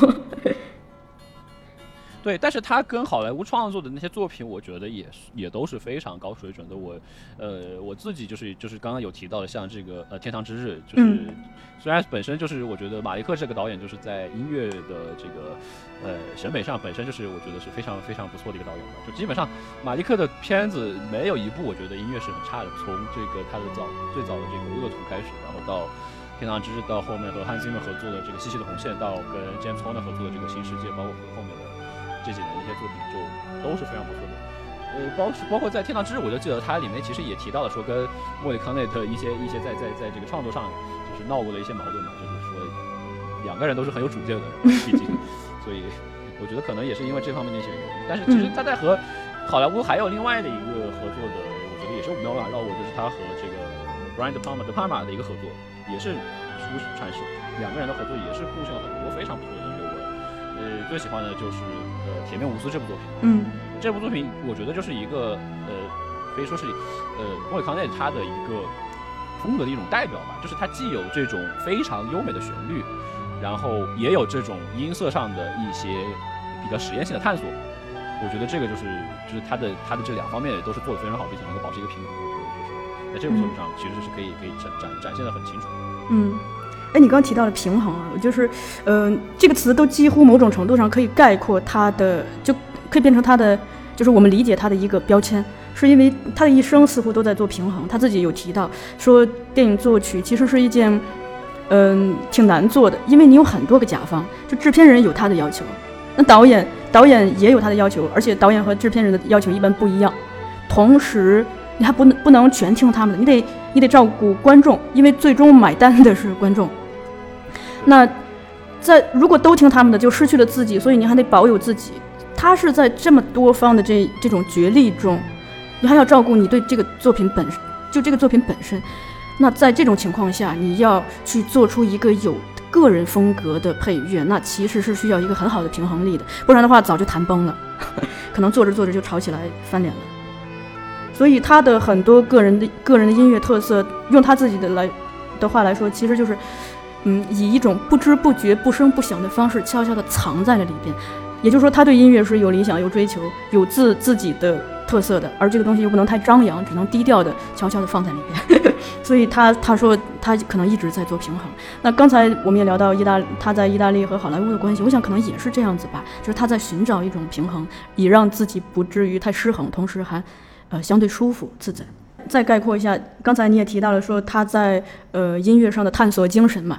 对，但是他跟好莱坞创作的那些作品，我觉得也也都是非常高水准的。我，呃，我自己就是就是刚刚有提到的，像这个呃《天堂之日》，就是、嗯、虽然本身就是我觉得马利克这个导演就是在音乐的这个呃审美上本身就是我觉得是非常非常不错的一个导演吧。就基本上马利克的片子没有一部我觉得音乐是很差的，从这个他的早最早的这个《恶徒》开始，然后到《天堂之日》，到后面和汉斯季默合作的这个《细细的红线》，到跟 James Horner 合作的这个《新世界》，包括和后面的这几年的一些作品就都是非常不错的，呃，包包括在《天堂之日》，我就记得它里面其实也提到了说跟莫里康内的一些一些在在在这个创作上就是闹过的一些矛盾嘛，就是说两个人都是很有主见的人，毕竟，所以我觉得可能也是因为这方面的一些原因。但是其实他在和好莱坞还有另外的一个合作的，我觉得也是没有办法绕过，就是他和这个 Brian De Palma 德帕玛的一个合作，也是出产生两个人的合作也是贡献了很多非常不错的音乐。我呃最喜欢的就是呃《铁面无私》这部作品。
嗯，
这部作品我觉得就是一个呃可以说是呃莫里康内他的一个风格的一种代表吧，就是他既有这种非常优美的旋律，然后也有这种音色上的一些比较实验性的探索。我觉得这个就是就是他的他的这两方面也都是做得非常好，并且能够保持一个平衡。我觉得就是在这部作品上其实是可以可以展展展现得很清楚。
嗯。哎，你刚刚提到了平衡啊，就是，呃，这个词都几乎某种程度上可以概括它的，就可以变成它的，就是我们理解它的一个标签，是因为他的一生似乎都在做平衡。他自己有提到说，电影作曲其实是一件，嗯、呃，挺难做的，因为你有很多个甲方，就制片人有他的要求，那导演导演也有他的要求，而且导演和制片人的要求一般不一样，同时你还不能不能全听他们的，你得你得照顾观众，因为最终买单的是观众。那在如果都听他们的，就失去了自己，所以你还得保有自己。他是在这么多方的这这种角力中，你还要照顾你对这个作品本就这个作品本身。那在这种情况下，你要去做出一个有个人风格的配乐，那其实是需要一个很好的平衡力的，不然的话早就谈崩了，可能做着做着就吵起来翻脸了。所以他的很多个人的个人的音乐特色，用他自己的来的话来说，其实就是。嗯，以一种不知不觉、不声不响的方式，悄悄地藏在了里边。也就是说，他对音乐是有理想、有追求、有自自己的特色的，而这个东西又不能太张扬，只能低调的、悄悄地放在里边。所以他他说他可能一直在做平衡。那刚才我们也聊到意大他在意大利和好莱坞的关系，我想可能也是这样子吧，就是他在寻找一种平衡，以让自己不至于太失衡，同时还呃相对舒服自在。再概括一下，刚才你也提到了说他在呃音乐上的探索精神嘛，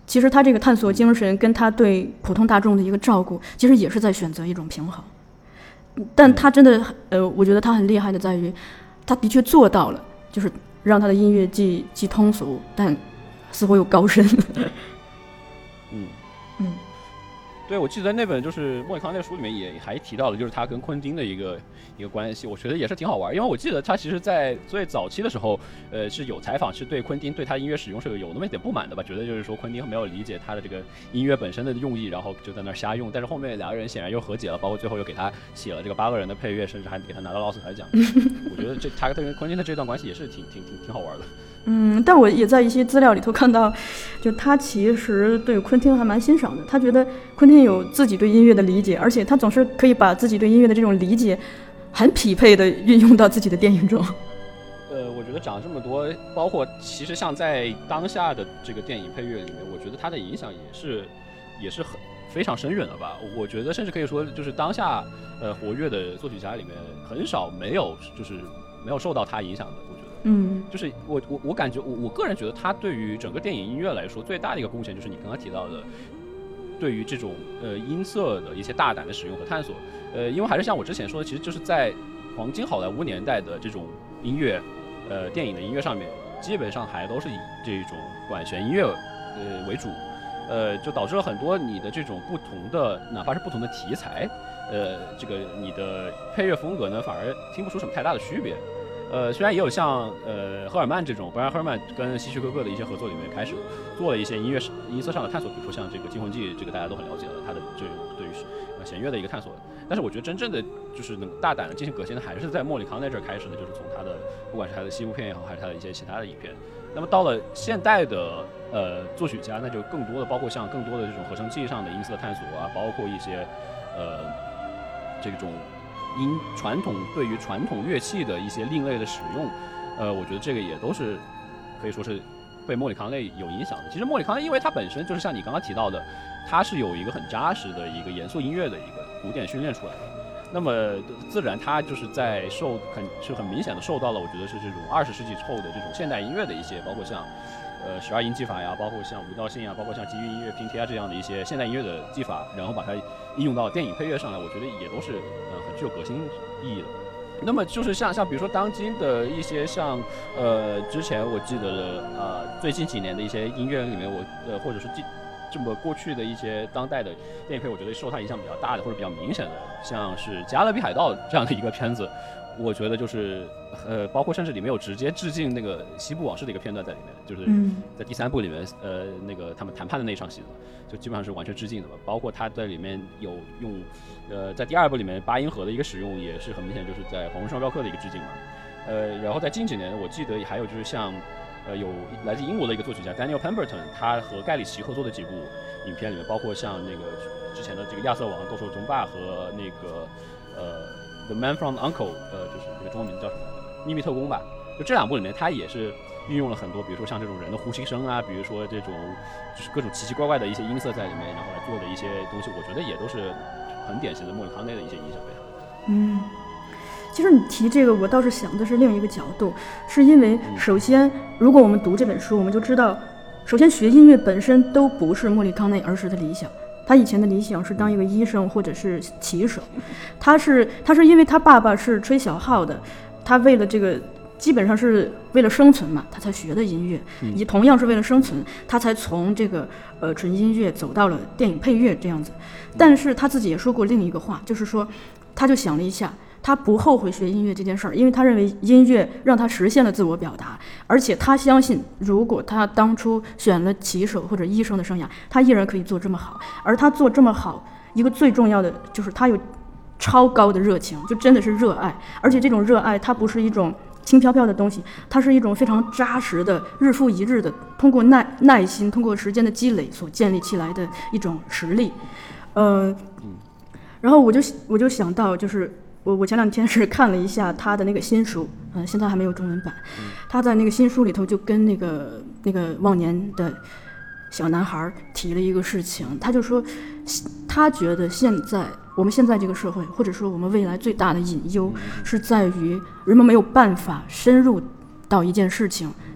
其实他这个探索精神跟他对普通大众的一个照顾，其实也是在选择一种平衡。但他真的，呃，我觉得他很厉害的在于，他的确做到了，就是让他的音乐既既通俗，但似乎又高深。
嗯
嗯，
对，我记得那本就是莫里康内书里面也还提到了，就是他跟昆汀的一个一个关系，我觉得也是挺好玩。因为我记得他其实在最早期的时候，呃，是有采访，是对昆汀对他音乐使用是有那么一点不满的吧，觉得就是说昆汀没有理解他的这个音乐本身的用意，然后就在那儿瞎用。但是后面两个人显然又和解了，包括最后又给他写了这个八个人的配乐，甚至还给他拿到了奥斯卡奖。我觉得这他跟昆汀的这段关系也是挺挺挺挺好玩的。
嗯，但我也在一些资料里头看到，就他其实对昆汀还蛮欣赏的。他觉得昆汀有自己对音乐的理解，而且他总是可以把自己对音乐的这种理解很匹配的运用到自己的电影中。
呃，我觉得讲这么多，包括其实像在当下的这个电影配乐里面，我觉得它的影响也是也是很非常深远的吧。我觉得甚至可以说，就是当下呃活跃的作曲家里面，很少没有就是没有受到他影响的。我觉得。
嗯，
就是我我我感觉我我个人觉得他对于整个电影音乐来说最大的一个贡献就是你刚刚提到的，对于这种呃音色的一些大胆的使用和探索。呃，因为还是像我之前说的，其实就是在黄金好莱坞年代的这种音乐，呃电影的音乐上面，基本上还都是以这种管弦音乐呃为主，呃就导致了很多你的这种不同的，哪怕是不同的题材，呃这个你的配乐风格呢反而听不出什么太大的区别。呃，虽然也有像呃赫尔曼这种，不然赫尔曼跟希区柯克的一些合作里面开始做了一些音乐音色上的探索，比如说像这个《惊魂记》，这个大家都很了解了，他的这种对于呃弦乐的一个探索。但是我觉得真正的就是能大胆的进行革新的，还是在莫里康内这儿开始的，就是从他的不管是他的西部片也好，还是他的一些其他的影片。那么到了现代的呃作曲家，那就更多的包括像更多的这种合成器上的音色探索啊，包括一些呃这种。因传统对于传统乐器的一些另类的使用，呃，我觉得这个也都是可以说是被莫里康内有影响的。其实莫里康内因为他本身就是像你刚刚提到的，他是有一个很扎实的一个严肃音乐的一个古典训练出来的，那么自然他就是在受很是很明显的受到了，我觉得是这种二十世纪后的这种现代音乐的一些，包括像呃十二音技法呀，包括像舞蹈性啊，包括像基于音乐拼贴啊这样的一些现代音乐的技法，然后把它应用到电影配乐上来，我觉得也都是呃很具有革新意义的。那么就是像像比如说当今的一些像呃之前我记得的呃最近几年的一些音乐里面，我呃或者是这么过去的一些当代的电影配，我觉得受它影响比较大的或者比较明显的，像是《加勒比海盗》这样的一个片子，我觉得就是呃包括甚至里面有直接致敬那个西部往事的一个片段在里面，就是在第三部里面呃那个他们谈判的那一场戏子，就基本上是完全致敬的吧。包括他在里面有用呃在第二部里面八音盒的一个使用，也是很明显就是在《黄昏双镖客》的一个致敬嘛。呃然后在近几年我记得还有就是像呃有来自英国的一个作曲家 Daniel Pemberton， 他和盖里奇合作的几部影片里面，包括像那个之前的这个亚瑟王斗兽争霸和那个呃 The Man from Uncle， 呃就是这个中文名字叫什么秘密特工吧，就这两部里面他也是运用了很多比如说像这种人的呼吸声啊，比如说这种就是各种奇奇怪怪的一些音色在里面，然后来做的一些东西，我觉得也都是很典型的莫里康内的一些影响被他的。
嗯，其实你提这个我倒是想的是另一个角度，是因为首先如果我们读这本书，我们就知道首先学音乐本身都不是莫里康内儿时的理想，他以前的理想是当一个医生或者是棋手，他是他是因为他爸爸是吹小号的，他为了这个基本上是为了生存嘛，他才学的音乐，也同样是为了生存，他才从这个呃纯音乐走到了电影配乐这样子。但是他自己也说过另一个话，就是说他就想了一下，他不后悔学音乐这件事儿，因为他认为音乐让他实现了自我表达，而且他相信如果他当初选了棋手或者医生的生涯，他依然可以做这么好。而他做这么好，一个最重要的就是他有超高的热情，就真的是热爱，而且这种热爱它不是一种轻飘飘的东西，它是一种非常扎实的日复一日的通过耐耐心通过时间的积累所建立起来的一种实力。呃然后我就我就想到就是我我前两天是看了一下他的那个新书，嗯、呃，现在还没有中文版。他在那个新书里头就跟那个那个忘年的小男孩提了一个事情，他就说他觉得现在我们现在这个社会，或者说我们未来最大的隐忧是在于人们没有办法深入到一件事情，就是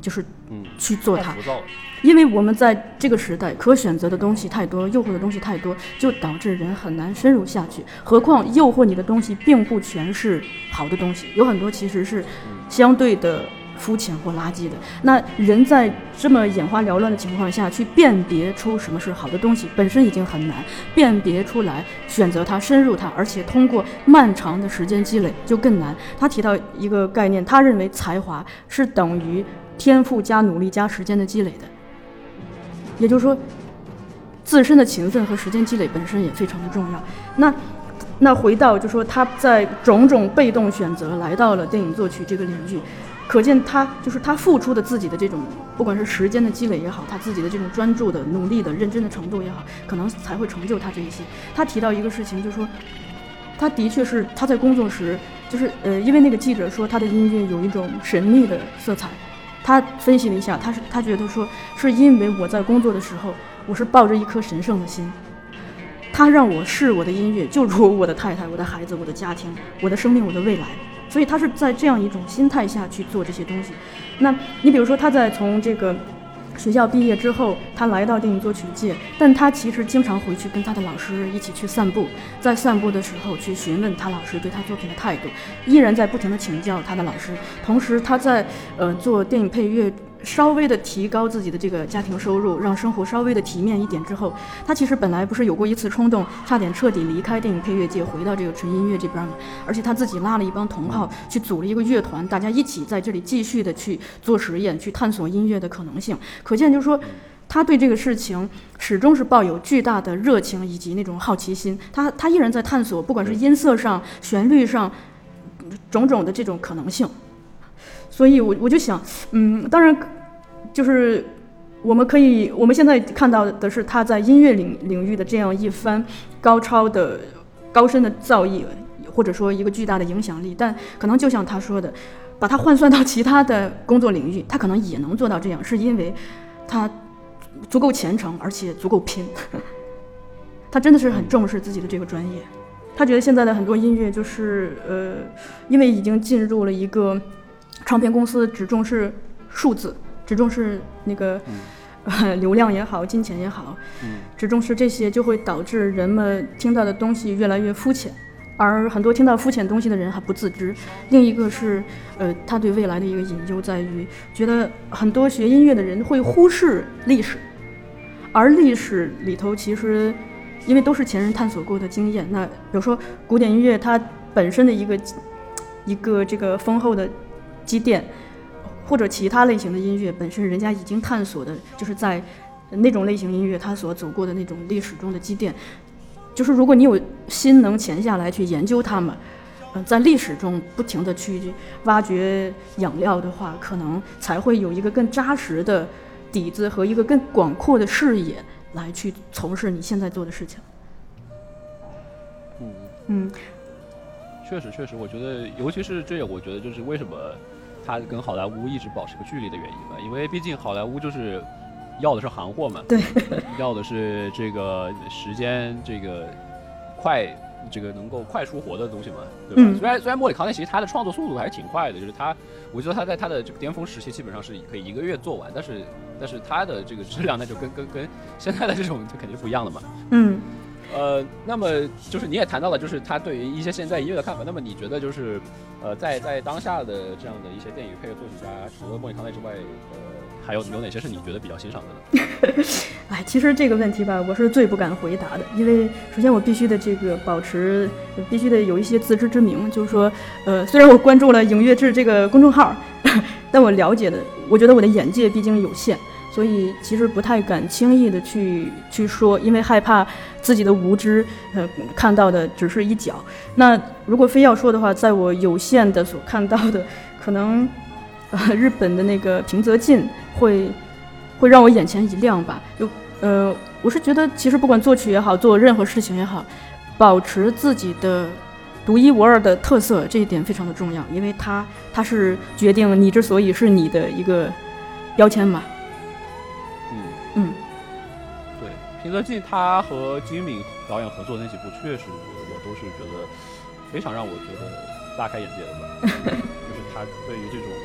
去做它。
太浮躁了。
因为我们在这个时代可选择的东西太多，诱惑的东西太多，就导致人很难深入下去。何况诱惑你的东西并不全是好的东西，有很多其实是相对的肤浅或垃圾的。那人在这么眼花缭乱的情况下去辨别出什么是好的东西，本身已经很难，辨别出来选择它深入它，而且通过漫长的时间积累就更难。他提到一个概念，他认为才华是等于天赋加努力加时间的积累的，也就是说自身的勤奋和时间积累本身也非常的重要。那那回到就说他在种种被动选择来到了电影作曲这个领域，可见他就是他付出的自己的这种不管是时间的积累也好，他自己的这种专注的努力的认真的程度也好，可能才会成就他这一些。他提到一个事情，就是说他的确是他在工作时就是呃，因为那个记者说他的音乐有一种神秘的色彩，他分析了一下，他是他觉得说是因为我在工作的时候我是抱着一颗神圣的心，他让我视我的音乐就如我的太太、我的孩子、我的家庭、我的生命、我的未来，所以他是在这样一种心态下去做这些东西。那你比如说他在从这个学校毕业之后，他来到电影作曲界，但他其实经常回去跟他的老师一起去散步，在散步的时候去询问他老师对他作品的态度，依然在不停地请教他的老师。同时他在呃做电影配乐，稍微的提高自己的这个家庭收入，让生活稍微的体面一点之后，他其实本来不是有过一次冲动，差点彻底离开电影配乐界，回到这个纯音乐这边嘛，而且他自己拉了一帮同好去组了一个乐团，大家一起在这里继续的去做实验，去探索音乐的可能性。可见就是说他对这个事情始终是抱有巨大的热情以及那种好奇心，他他依然在探索不管是音色上旋律上种种的这种可能性。所以我我就想嗯，当然就是我们可以我们现在看到的是他在音乐领领域的这样一番高超的高深的造诣，或者说一个巨大的影响力，但可能就像他说的，把它换算到其他的工作领域，他可能也能做到这样，是因为他足够虔诚而且足够拼。他真的是很重视自己的这个专业，他觉得现在的很多音乐就是呃，因为已经进入了一个唱片公司只重视数字，只重视那个、嗯呃、流量也好，金钱也好，嗯、只重视这些，就会导致人们听到的东西越来越肤浅，而很多听到肤浅东西的人还不自知。另一个是呃，他对未来的一个隐忧在于，觉得很多学音乐的人会忽视历史，而历史里头其实因为都是前人探索过的经验，那比如说古典音乐它本身的一个一个这个丰厚的积淀，或者其他类型的音乐本身人家已经探索的，就是在那种类型音乐它所走过的那种历史中的积淀，就是如果你有心能潜下来去研究它们，呃，在历史中不停地去挖掘养料的话，可能才会有一个更扎实的底子和一个更广阔的视野来去从事你现在做的事情。
嗯
嗯，
确实确实，我觉得尤其是这个，我觉得就是为什么它跟好莱坞一直保持个距离的原因吧，因为毕竟好莱坞就是要的是行货嘛，
对，
要的是这个时间，这个快，这个能够快出活的东西嘛，对吧？嗯、虽然虽然莫里康内其实他的创作速度还是挺快的，就是他，我觉得他在他的这个巅峰时期基本上是可以一个月做完，但是但是他的这个质量那就跟跟跟现在的这种就肯定是不一样的嘛。
嗯。
呃，那么就是你也谈到了，就是他对于一些现在音乐的看法。那么你觉得就是，呃，在在当下的这样的一些电影配乐作曲家，除了莫里康内之外，呃，还有有哪些是你觉得比较欣赏的呢？
哎，其实这个问题吧，我是最不敢回答的，因为首先我必须的这个保持，必须得有一些自知之明，就是说，呃，虽然我关注了影乐志这个公众号，但我了解的，我觉得我的眼界毕竟有限。所以其实不太敢轻易的去去说，因为害怕自己的无知，呃，看到的只是一角。那如果非要说的话，在我有限的所看到的，可能，呃，日本的那个平泽进会会让我眼前一亮吧。就呃，我是觉得其实不管作曲也好，做任何事情也好，保持自己的独一无二的特色，这一点非常的重要，因为它它是决定你之所以是你的一个标签嘛。嗯，
对，平泽进他和金敏导演合作的那几部，确实我我都是觉得非常让我觉得大开眼界的吧。就是他对于这种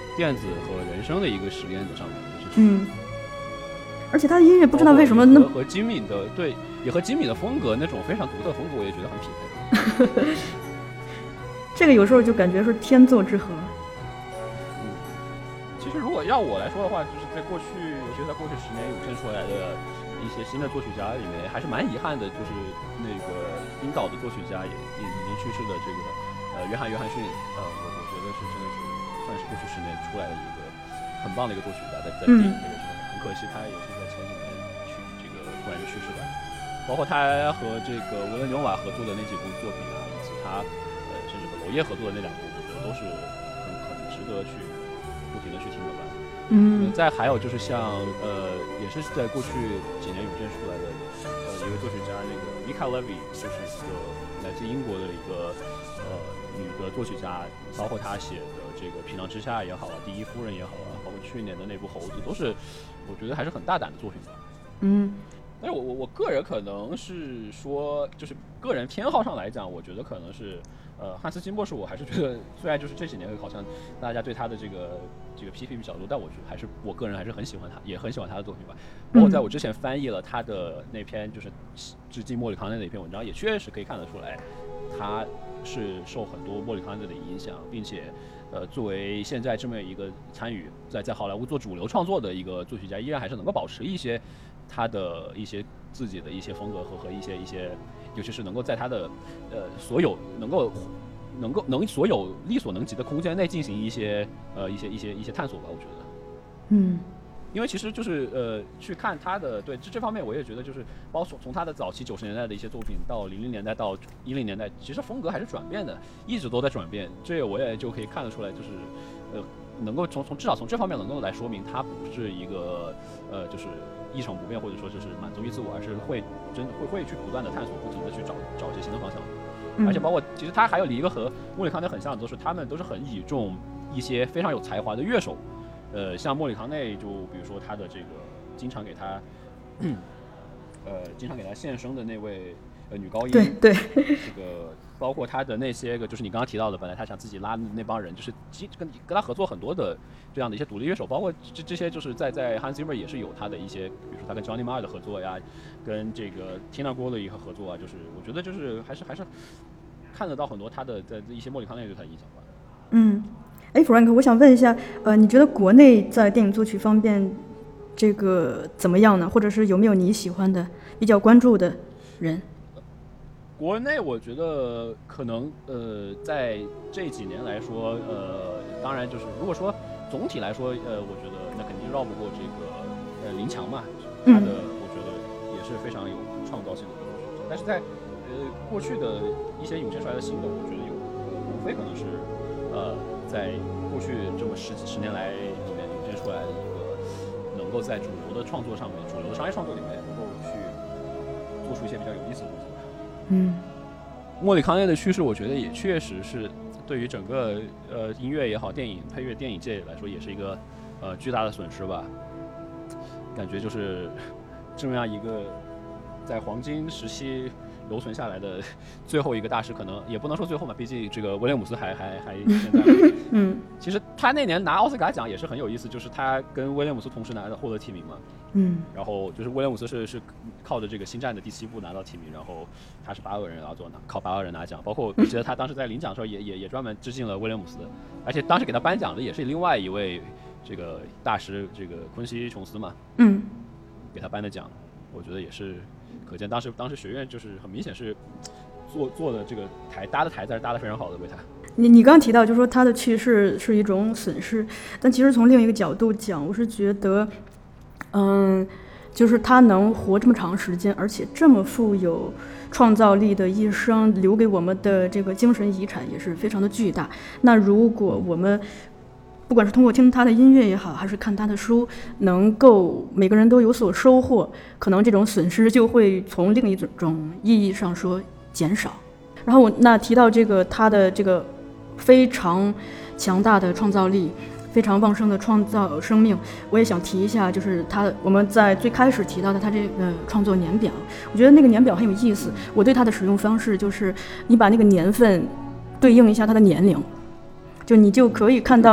电子和人声的一个实验在上面。
嗯，而且他的音乐不知道为什么那
和和金敏的对，也和金敏的风格那种非常独特风格，我也觉得很匹配。
这个有时候就感觉是天作之合。
嗯，其实如果让我来说的话，就是在过去，尤其是在过去十年涌现出来的一些新的作曲家里面，还是蛮遗憾的，就是那个冰岛的作曲家也也已经去世的这个呃约翰约翰逊，呃，我我觉得是真的是算是过去十年出来的一个很棒的一个作曲家，在在电影这个时候，很可惜他也是在前几年去这个突然就去世了。包括他和这个维伦纽瓦合作的那几部作品啊，以及他呃甚至和娄烨合作的那两部，我觉得都是很很值得去不停的去听的吧。
嗯，
再还有就是像呃，也是在过去几年涌现出来的呃一个作曲家，那个 Mika Levy， 就是一个来自英国的一个呃女的作曲家，包括她写的这个《皮囊之下》也好啊，《第一夫人》也好啊，包括去年的那部《猴子》，都是我觉得还是很大胆的作品吧。
嗯，
但是我我我个人可能是说，就是个人偏好上来讲，我觉得可能是。呃，汉斯金波是我还是觉得，虽然就是这几年好像大家对他的这个这个批评比较多，但我觉得还是我个人还是很喜欢他，也很喜欢他的作品吧。包括在我之前翻译了他的那篇就是致敬莫里康内的一篇文章，也确实可以看得出来，他是受很多莫里康内的影响，并且呃，作为现在这么一个参与在在好莱坞做主流创作的一个作曲家，依然还是能够保持一些他的一些自己的一些风格和和一些一些。尤其是能够在他的呃所有能够能够能所有力所能及的空间内进行一些呃一些一些一些探索吧，我觉得。
嗯，
因为其实就是呃去看他的对这这方面，我也觉得就是包括从他的早期九十年代的一些作品到零零年代到一零年代，其实风格还是转变的，一直都在转变。这我也就可以看得出来，就是呃能够从从至少从这方面能够来说明他不是一个呃就是。一成不变，或者说就是满足于自我，而是会真会会去不断的探索，不停的去找找一些新的方向。嗯、而且包括其实他还有一个和莫里康内很像的，都是他们都是很倚重一些非常有才华的乐手。呃，像莫里康内就比如说他的这个经常给他，呃，经常给他献声的那位呃女高音，
对对，
这个包括他的那些个就是你刚刚提到的，本来他想自己拉的那帮人，就是跟跟他合作很多的。这样的一些独立乐手，包括这这些，就是在在 Hans Zimmer 也是有他的一些，比如说他跟 Johnny Marr 的合作呀，跟这个 Tina Gurley 和合作啊，就是我觉得就是还是还是看得到很多他的在一些莫里康内对他的影响吧。
嗯，哎 ，Frank， 我想问一下，呃，你觉得国内在电影作曲方面这个怎么样呢？或者是有没有你喜欢的、比较关注的人？
国内我觉得可能呃，在这几年来说，呃，当然就是如果说。总体来说，呃，我觉得那肯定绕不过这个呃林强嘛，他的我觉得也是非常有创造性的一个作曲家。但是在呃过去的一些涌现出来的新的，我觉得有无非可能是呃在过去这么十十年来里面涌现出来的一个能够在主流的创作上面、主流的商业创作里面能够去做出一些比较有意思的东西。
嗯，
莫里康内的去世，我觉得也确实是。对于整个呃音乐也好，电影配乐、电影界来说，也是一个呃巨大的损失吧。感觉就是这么样一个在黄金时期留存下来的最后一个大师，可能也不能说最后嘛，毕竟这个威廉姆斯还还还现在。
嗯，
其实他那年拿奥斯卡奖也是很有意思，就是他跟威廉姆斯同时拿的获得提名嘛。
嗯，
然后就是威廉姆斯是是靠着这个星战的第七部拿到提名，然后他是八个人然后做拿靠八个人拿奖，包括我记得他当时在领奖的时候也也也专门致敬了威廉姆斯，而且当时给他颁奖的也是另外一位这个大师这个昆西琼斯嘛，
嗯，
给他颁的奖，我觉得也是可见当时当时学院就是很明显是做做的这个台搭的台在搭的非常好的为他。
你你刚刚提到就是说他的去世是一种损失，但其实从另一个角度讲，我是觉得。嗯，就是他能活这么长时间，而且这么富有创造力的一生，留给我们的这个精神遗产也是非常的巨大。那如果我们不管是通过听他的音乐也好，还是看他的书，能够每个人都有所收获，可能这种损失就会从另一种意义上说减少。然后我那提到这个他的这个非常强大的创造力。非常旺盛的创造生命，我也想提一下，就是他我们在最开始提到的他这个创作年表，我觉得那个年表很有意思。我对它的使用方式就是，你把那个年份对应一下他的年龄，就你就可以看到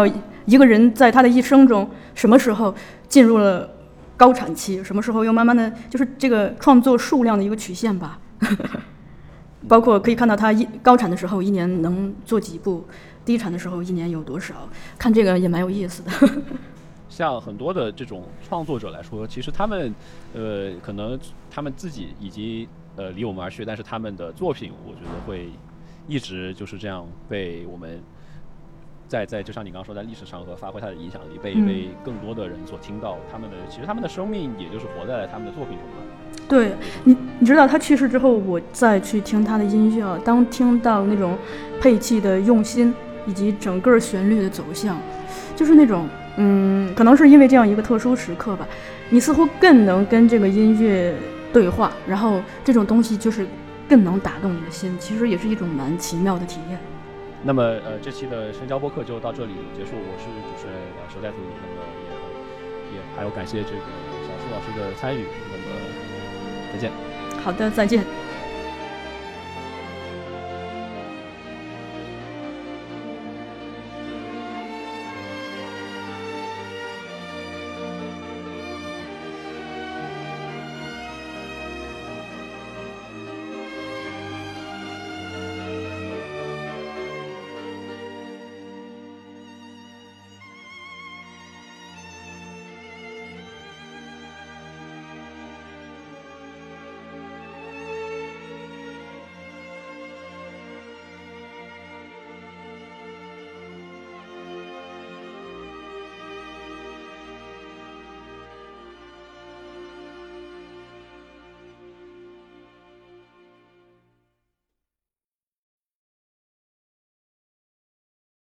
一个人在他的一生中什么时候进入了高产期，什么时候又慢慢的就是这个创作数量的一个曲线吧。包括可以看到他一高产的时候一年能做几部，低产的时候一年有多少，看这个也蛮有意思的。
像很多的这种创作者来说，其实他们呃可能他们自己已经呃离我们而去，但是他们的作品我觉得会一直就是这样被我们在在就像你刚刚说，在历史上和发挥它的影响力，被、嗯、被更多的人所听到。他们的其实他们的生命也就是活在了他们的作品中嘛。
对你，你知道他去世之后，我再去听他的音乐，当听到那种配器的用心以及整个旋律的走向，就是那种嗯，可能是因为这样一个特殊时刻吧，你似乎更能跟这个音乐对话，然后这种东西就是更能打动你的心，其实也是一种蛮奇妙的体验。
那么呃，这期的深交播客就到这里结束。我是主持人佘代图，那么也也还有感谢这个小树老师的参与。那么再见。
好的，再见。